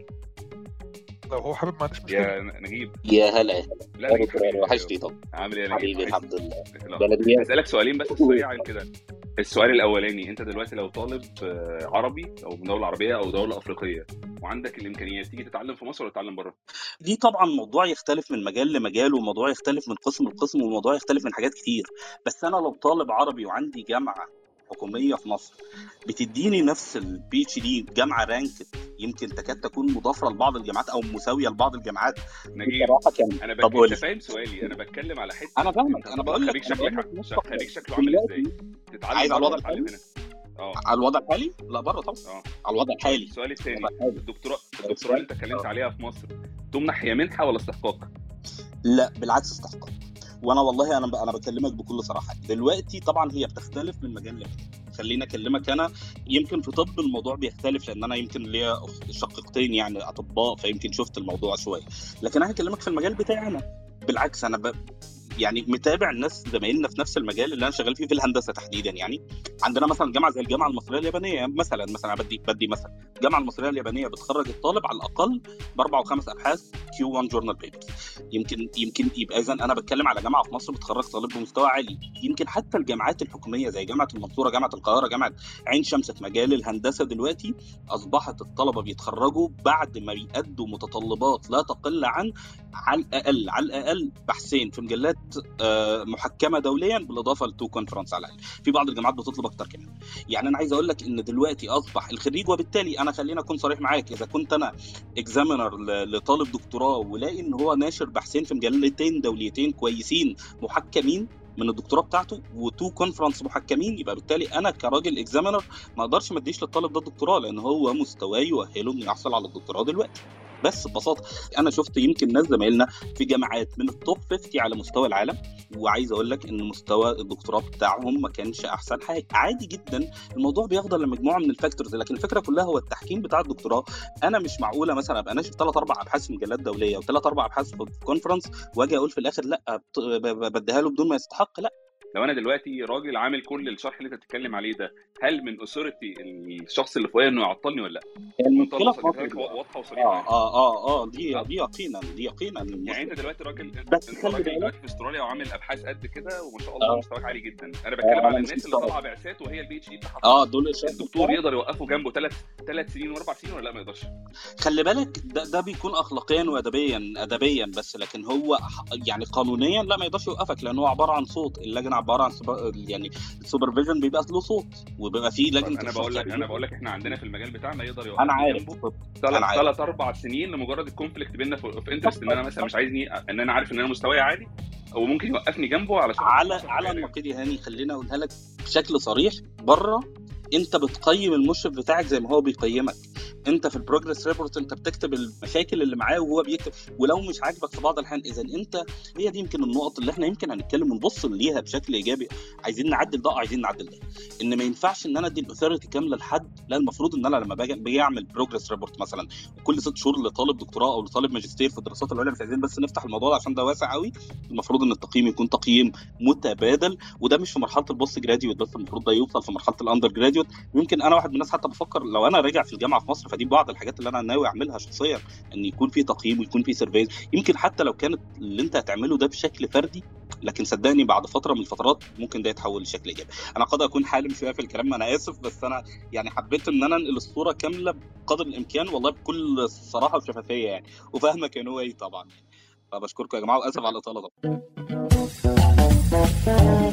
لو هو حابب ما عنديش مشكله. يا نجيب يا هلا لا نجيب وحشتي طبعا. عامل ايه يا حبيبي؟ نجيب الحمد لله. اسالك سؤالين بس سريعا كده. السؤال الاولاني، انت دلوقتي لو طالب عربي او من دوله عربيه او دوله افريقيه وعندك الامكانيات تيجي تتعلم في مصر ولا تتعلم بره؟ دي طبعا موضوع يختلف من مجال لمجال، وموضوع يختلف من قسم لقسم، وموضوع يختلف من حاجات كتير. بس انا لو طالب عربي وعندي جامعه حكوميه في مصر بتديني نفس البي اتش دي، جامعه رانكت يمكن تكاد تكون مضافره لبعض الجامعات او مساويه لبعض الجامعات. نجيب انا بتكلم، انت فاهم سؤالي؟ انا بتكلم على حته، انا فاهمك، انا بقول لك خليك شكلك خليك شكله عامل ازاي تتعلم عايز على الوضع الحالي. اه على الوضع الحالي؟ لا بره طبعا. اه على الوضع الحالي. السؤال الثاني، الدكتوراه الدكتوراه اللي انت اتكلمت عليها في مصر تمنح هي منحه ولا استحقاق؟ لا بالعكس استحقاق. وانا والله انا انا بكلمك بكل صراحه، دلوقتي طبعا هي بتختلف من مجال لمجال. خلينا اكلمك انا، يمكن في طب الموضوع بيختلف لان انا يمكن ليا شقيقتين يعني اطباء، فيمكن شفت الموضوع شويه، لكن انا هكلمك في المجال بتاعي انا. بالعكس انا ب... يعني متابع الناس زمايلنا في نفس المجال اللي انا شغال فيه في الهندسه تحديدا. يعني عندنا مثلا جامعه زي الجامعه المصريه اليابانيه مثلا مثلا بدي بدي مثلا الجامعه المصريه اليابانيه بتخرج الطالب على الاقل باربع وخمس ابحاث كيو واحد جورنال بيبرز. يمكن يمكن يبقى اذا انا بتكلم على جامعه في مصر بتخرج طالب بمستوى عالي. يمكن حتى الجامعات الحكوميه زي جامعه المنصوره، جامعه القاهره، جامعه عين شمس في مجال الهندسه دلوقتي اصبحت الطلبه بيتخرجوا بعد ما بيأدوا متطلبات لا تقل عن على الاقل على الاقل بحثين في مجلات محكمه دوليا بالاضافه لتو كونفرنس على الاقل. في بعض الجامعات بتطلب اكتر كمان. يعني انا عايز اقول لك ان دلوقتي اصبح الخريج، وبالتالي انا خلينا اكون صريح معاك، اذا كنت انا اكزامينر لطالب دكتوراه ولاقي ان هو ناشر بحثين في مجلتين دوليتين كويسين محكمين من الدكتوراه بتاعته وتو كونفرنس محكمين، يبقى بالتالي انا كراجل اكزامينر ما اقدرش ما اديش للطالب ده الدكتوراه لان هو مستواه يؤهله انه يحصل على الدكتوراه دلوقتي. بس ببساطه انا شفت يمكن ناس زمايلنا في جامعات من التوب خمسين على مستوى العالم، وعايز اقول لك ان مستوى الدكتوراه بتاعهم ما كانش احسن حاجه. عادي جدا، الموضوع بيفضل لمجموعه من الفاكتورز، لكن الفكره كلها هو التحكيم بتاع الدكتوراه. انا مش معقوله مثلا ابقى ناشر ثلاث اربع ابحاث في مجلات دوليه وثلاث اربع ابحاث في كونفرنس واجي اقول في الاخر لا بديها له بدون ما يستحق. لا، لو انا دلوقتي راجل عامل كل الشرح اللي انت بتتكلم عليه ده، هل من اثورتي الشخص اللي فوقيا انه يعطلني ولا لا؟ المشكله في مصر واضحه وصريحه. اه اه اه دي دي يقينا دي يقينا يعني انت دلوقتي راجل، بس انت راجل دلوقتي في استراليا وعامل ابحاث قد كده وما شاء الله مستواك عالي جدا. انا بتكلم على الناس اللي طالعه بعثات وهي البي اتش دي بتاعها اه دول الدكتور يقدر يوقفه جنبه ثلاث ثلاث سنين واربع سنين ولا لا ما يقدرش؟ خلي بالك ده ده بيكون اخلاقيا وادبيا ادبيا بس، لكن هو يعني قانونيا لا ما يقدرش يوقفك لانه هو عباره عن صوت اللجنه عباره عن سوبر يعني السوبرفيجن بيبقى له صوت وبيبقى فيه لجنه. انا بقول لك انا بقول لك احنا عندنا في المجال بتاعنا يقدر يوقف انا عارف ثلاث اربع سنين لمجرد الكونفليكت بيننا في انترست، ان انا مثلا مش عايزني ان انا عارف ان انا مستواي عادي، او ممكن يوقفني جنبه علشان على على النقيض يا هاني. خلينا اقولها لك بشكل صريح، بره انت بتقيم المشرف بتاعك زي ما هو بيقيمك. انت في البروجرس ريبورت انت بتكتب المشاكل اللي معاه وهو بيكتب، ولو مش عاجبك في بعض الاحيان اذا انت هي دي يمكن النقط اللي احنا يمكن هنتكلم ونبص ليها بشكل ايجابي. عايزين نعدل ده، عايزين نعدل ده، ان ما ينفعش ان انا ادي الاثوريتي كامله لحد. لا، المفروض ان انا لما باجي باجي اعمل بروجرس ريبورت مثلا وكل ست شهور لطالب دكتوراه او لطالب ماجستير في الدراسات العليا، مش عايزين بس نفتح الموضوع عشان ده واسع قوي. المفروض ان التقييم يكون تقييم متبادل، وده مش في مرحله البوست جراديويت بس، المفروض ده يوصل في مرحله الاندر جراديويت. يمكن انا واحد من الناس حتى بفكر لو انا راجع في الجامعه في مصر، فدي بعض الحاجات اللي انا ناوي اعملها شخصيا، ان يكون في تقييم ويكون في سيرفيز. يمكن حتى لو كانت اللي انت هتعمله ده بشكل فردي، لكن صدقني بعد فتره من الفترات ممكن ده يتحول لشكل ايجابي. انا قد اكون حالم شويه في الكلام، انا اسف، بس انا يعني حبيت ان انا انقل الصوره كامله بقدر الامكان، والله بكل صراحه وشفافيه يعني، وفاهمك يا نوي طبعا. فبشكركم يا جماعه، واسف على الاطاله طبعا.